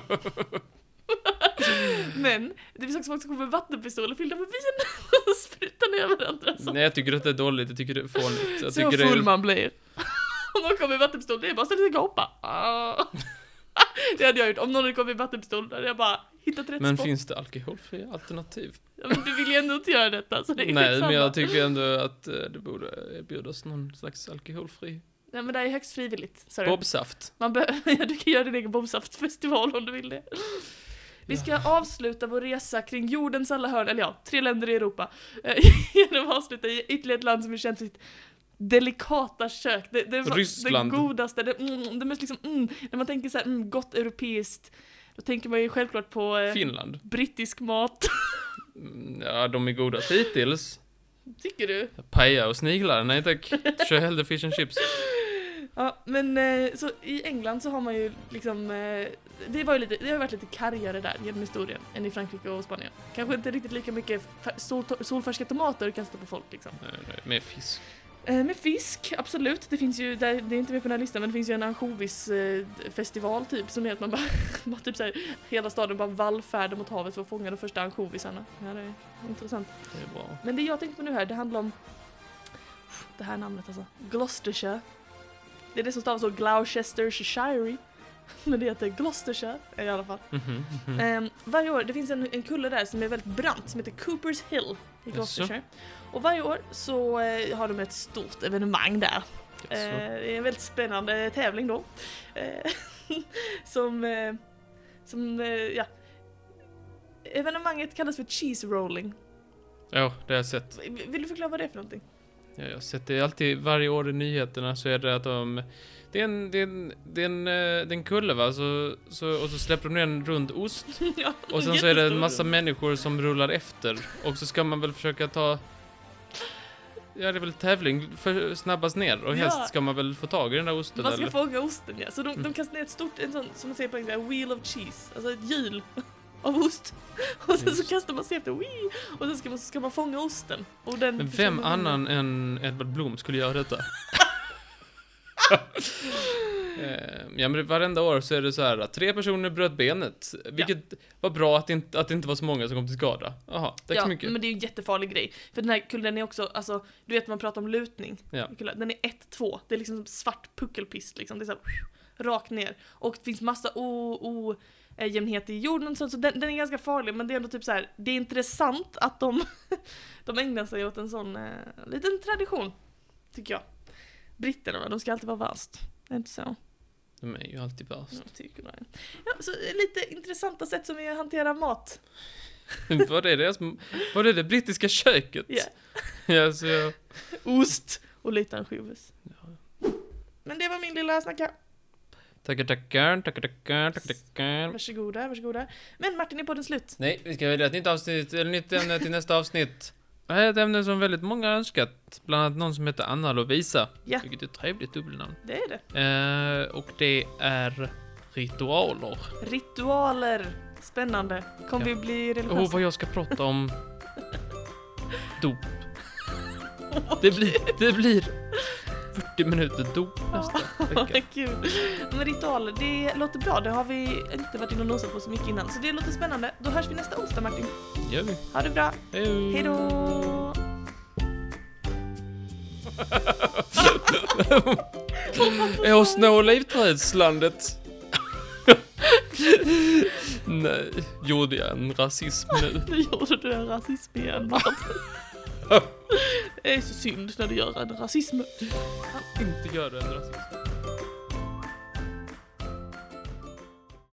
Men det finns också folk som kommer med vattenpistoler fyllda med vin och sprutar ner varandra. Så. Nej, jag tycker att det är dåligt. Jag tycker det är fånigt. Så full man blir. Om man kommer med vattenpistol, det är bara att ställa sig och gapa. Det hade jag gjort. Om någon hade kommit med vattenpistol, då hade jag bara hittat rätt Men spot. finns det alkoholfria alternativ? Ja, men du vill ju ändå inte göra detta, så det är Nej, samma. men jag tycker ändå att det borde erbjudas någon slags alkoholfri Nej, men det är högst frivilligt. bobsaft. Du kan göra din egen bobsaftfestival om du vill det. Vi ska avsluta vår resa kring jordens alla hörn, eller 3 länder i Europa, genom att avsluta i ytterligare ett land som är känt för sitt delikata kök. Det Ryssland. Det godaste, det mest liksom, när man tänker så här, gott europeiskt, då tänker man ju självklart på Finland. Brittisk mat. Ja, de är goda hittills. Tycker du? Paja och sniglar, nej tack. Kör hellre fish and chips. Ja, men så i England så har man ju liksom det har varit lite kargare där genom historien än i Frankrike och Spanien. Kanske inte riktigt lika mycket solfärska tomater kastar på folk liksom. Nej, med fisk. Med fisk, absolut. Det finns ju, det är inte med på den här listan, men det finns ju en ansjovisfestival typ som är att man bara typ så här, hela staden bara vallfärdar mot havet för att fånga de första ansjovisarna. Ja, det är intressant. Det är bra. Men det jag tänkte på nu här, det handlar om det här namnet alltså, Gloucestershire. Det är det som stavas så Gloucestershire, men det heter Gloucestershire i alla fall. Varje år, det finns en kulle där som är väldigt brant, som heter Cooper's Hill i Gloucestershire. Och varje år så har de ett stort evenemang där. Det är en väldigt spännande tävling då. Evenemanget kallas för cheese rolling. Ja, det har jag sett. Vill du förklara vad det är för någonting? Ja, jag har sett det alltid, varje år i nyheterna så är det att det är en kulle va, och så släpper de ner en rund ost. Ja, och sen så är det en massa människor som rullar efter. Och så ska man väl försöka ta... Ja, det är väl tävling för snabbast ner. Och helst ska man väl få tag i den där osten. Man ska fånga osten, ja. Så de kastar ner ett stort, en sån, som man säger på engelska, wheel of cheese. Alltså ett hjul av ost. Och sen så kastar man sig efter, och sen ska man fånga osten. Och den. Men vem annan än Edvard Blom skulle göra detta? Ja, men varenda år så är det så här att 3 personer bröt benet. Vilket var bra att det inte var så många som kom till skada. Jaha, tack så mycket. Men det är ju en jättefarlig grej. För den här kullen är också, alltså, du vet man pratar om lutning. Ja. Den är 1-2. Det är liksom svart puckelpist liksom. Det är så här, rakt ner. Och det finns massa ojämnhet i jorden. Så den är ganska farlig, men det är ändå typ så här. Det är intressant att de ägnar sig åt en sån liten tradition, tycker jag. Britterna, de ska alltid vara värst. Det är inte så. De är ju alltid värst. Ja, så lite intressanta sätt som vi hanterar mat. Vad är det brittiska köket? Yeah. Ja, så... Ost och lite ansjovis. Ja. Men det var min lilla snacka. Tackar. Varsågoda. Men Martin, är podden slut? Nej, vi ska välja ett nytt avsnitt, eller nytt ämne till nästa avsnitt. Det här är ett ämne som väldigt många har önskat. Bland annat någon som heter Anna Lovisa. Ja. Vilket är ett trevligt dubbelnamn. Det är det. Och det är ritualer. Ritualer. Spännande. Kommer vi bli religiösa? Vad jag ska prata om. Dop. Det blir 40 minuter dop nästa vecka. Kul. Men ritualer, det låter bra. Det har vi inte varit inne och nosat på så mycket innan. Så det låter spännande. Då hörs vi nästa onsdag, Martin. Gör vi. Ha det bra. Hej då. Är Snå och Livträdslandet? Nej, gjorde jag en rasism nu? Nu gjorde du en rasism igen, Martin. Det är så synd när du gör en rasism. Inte gör en rasism.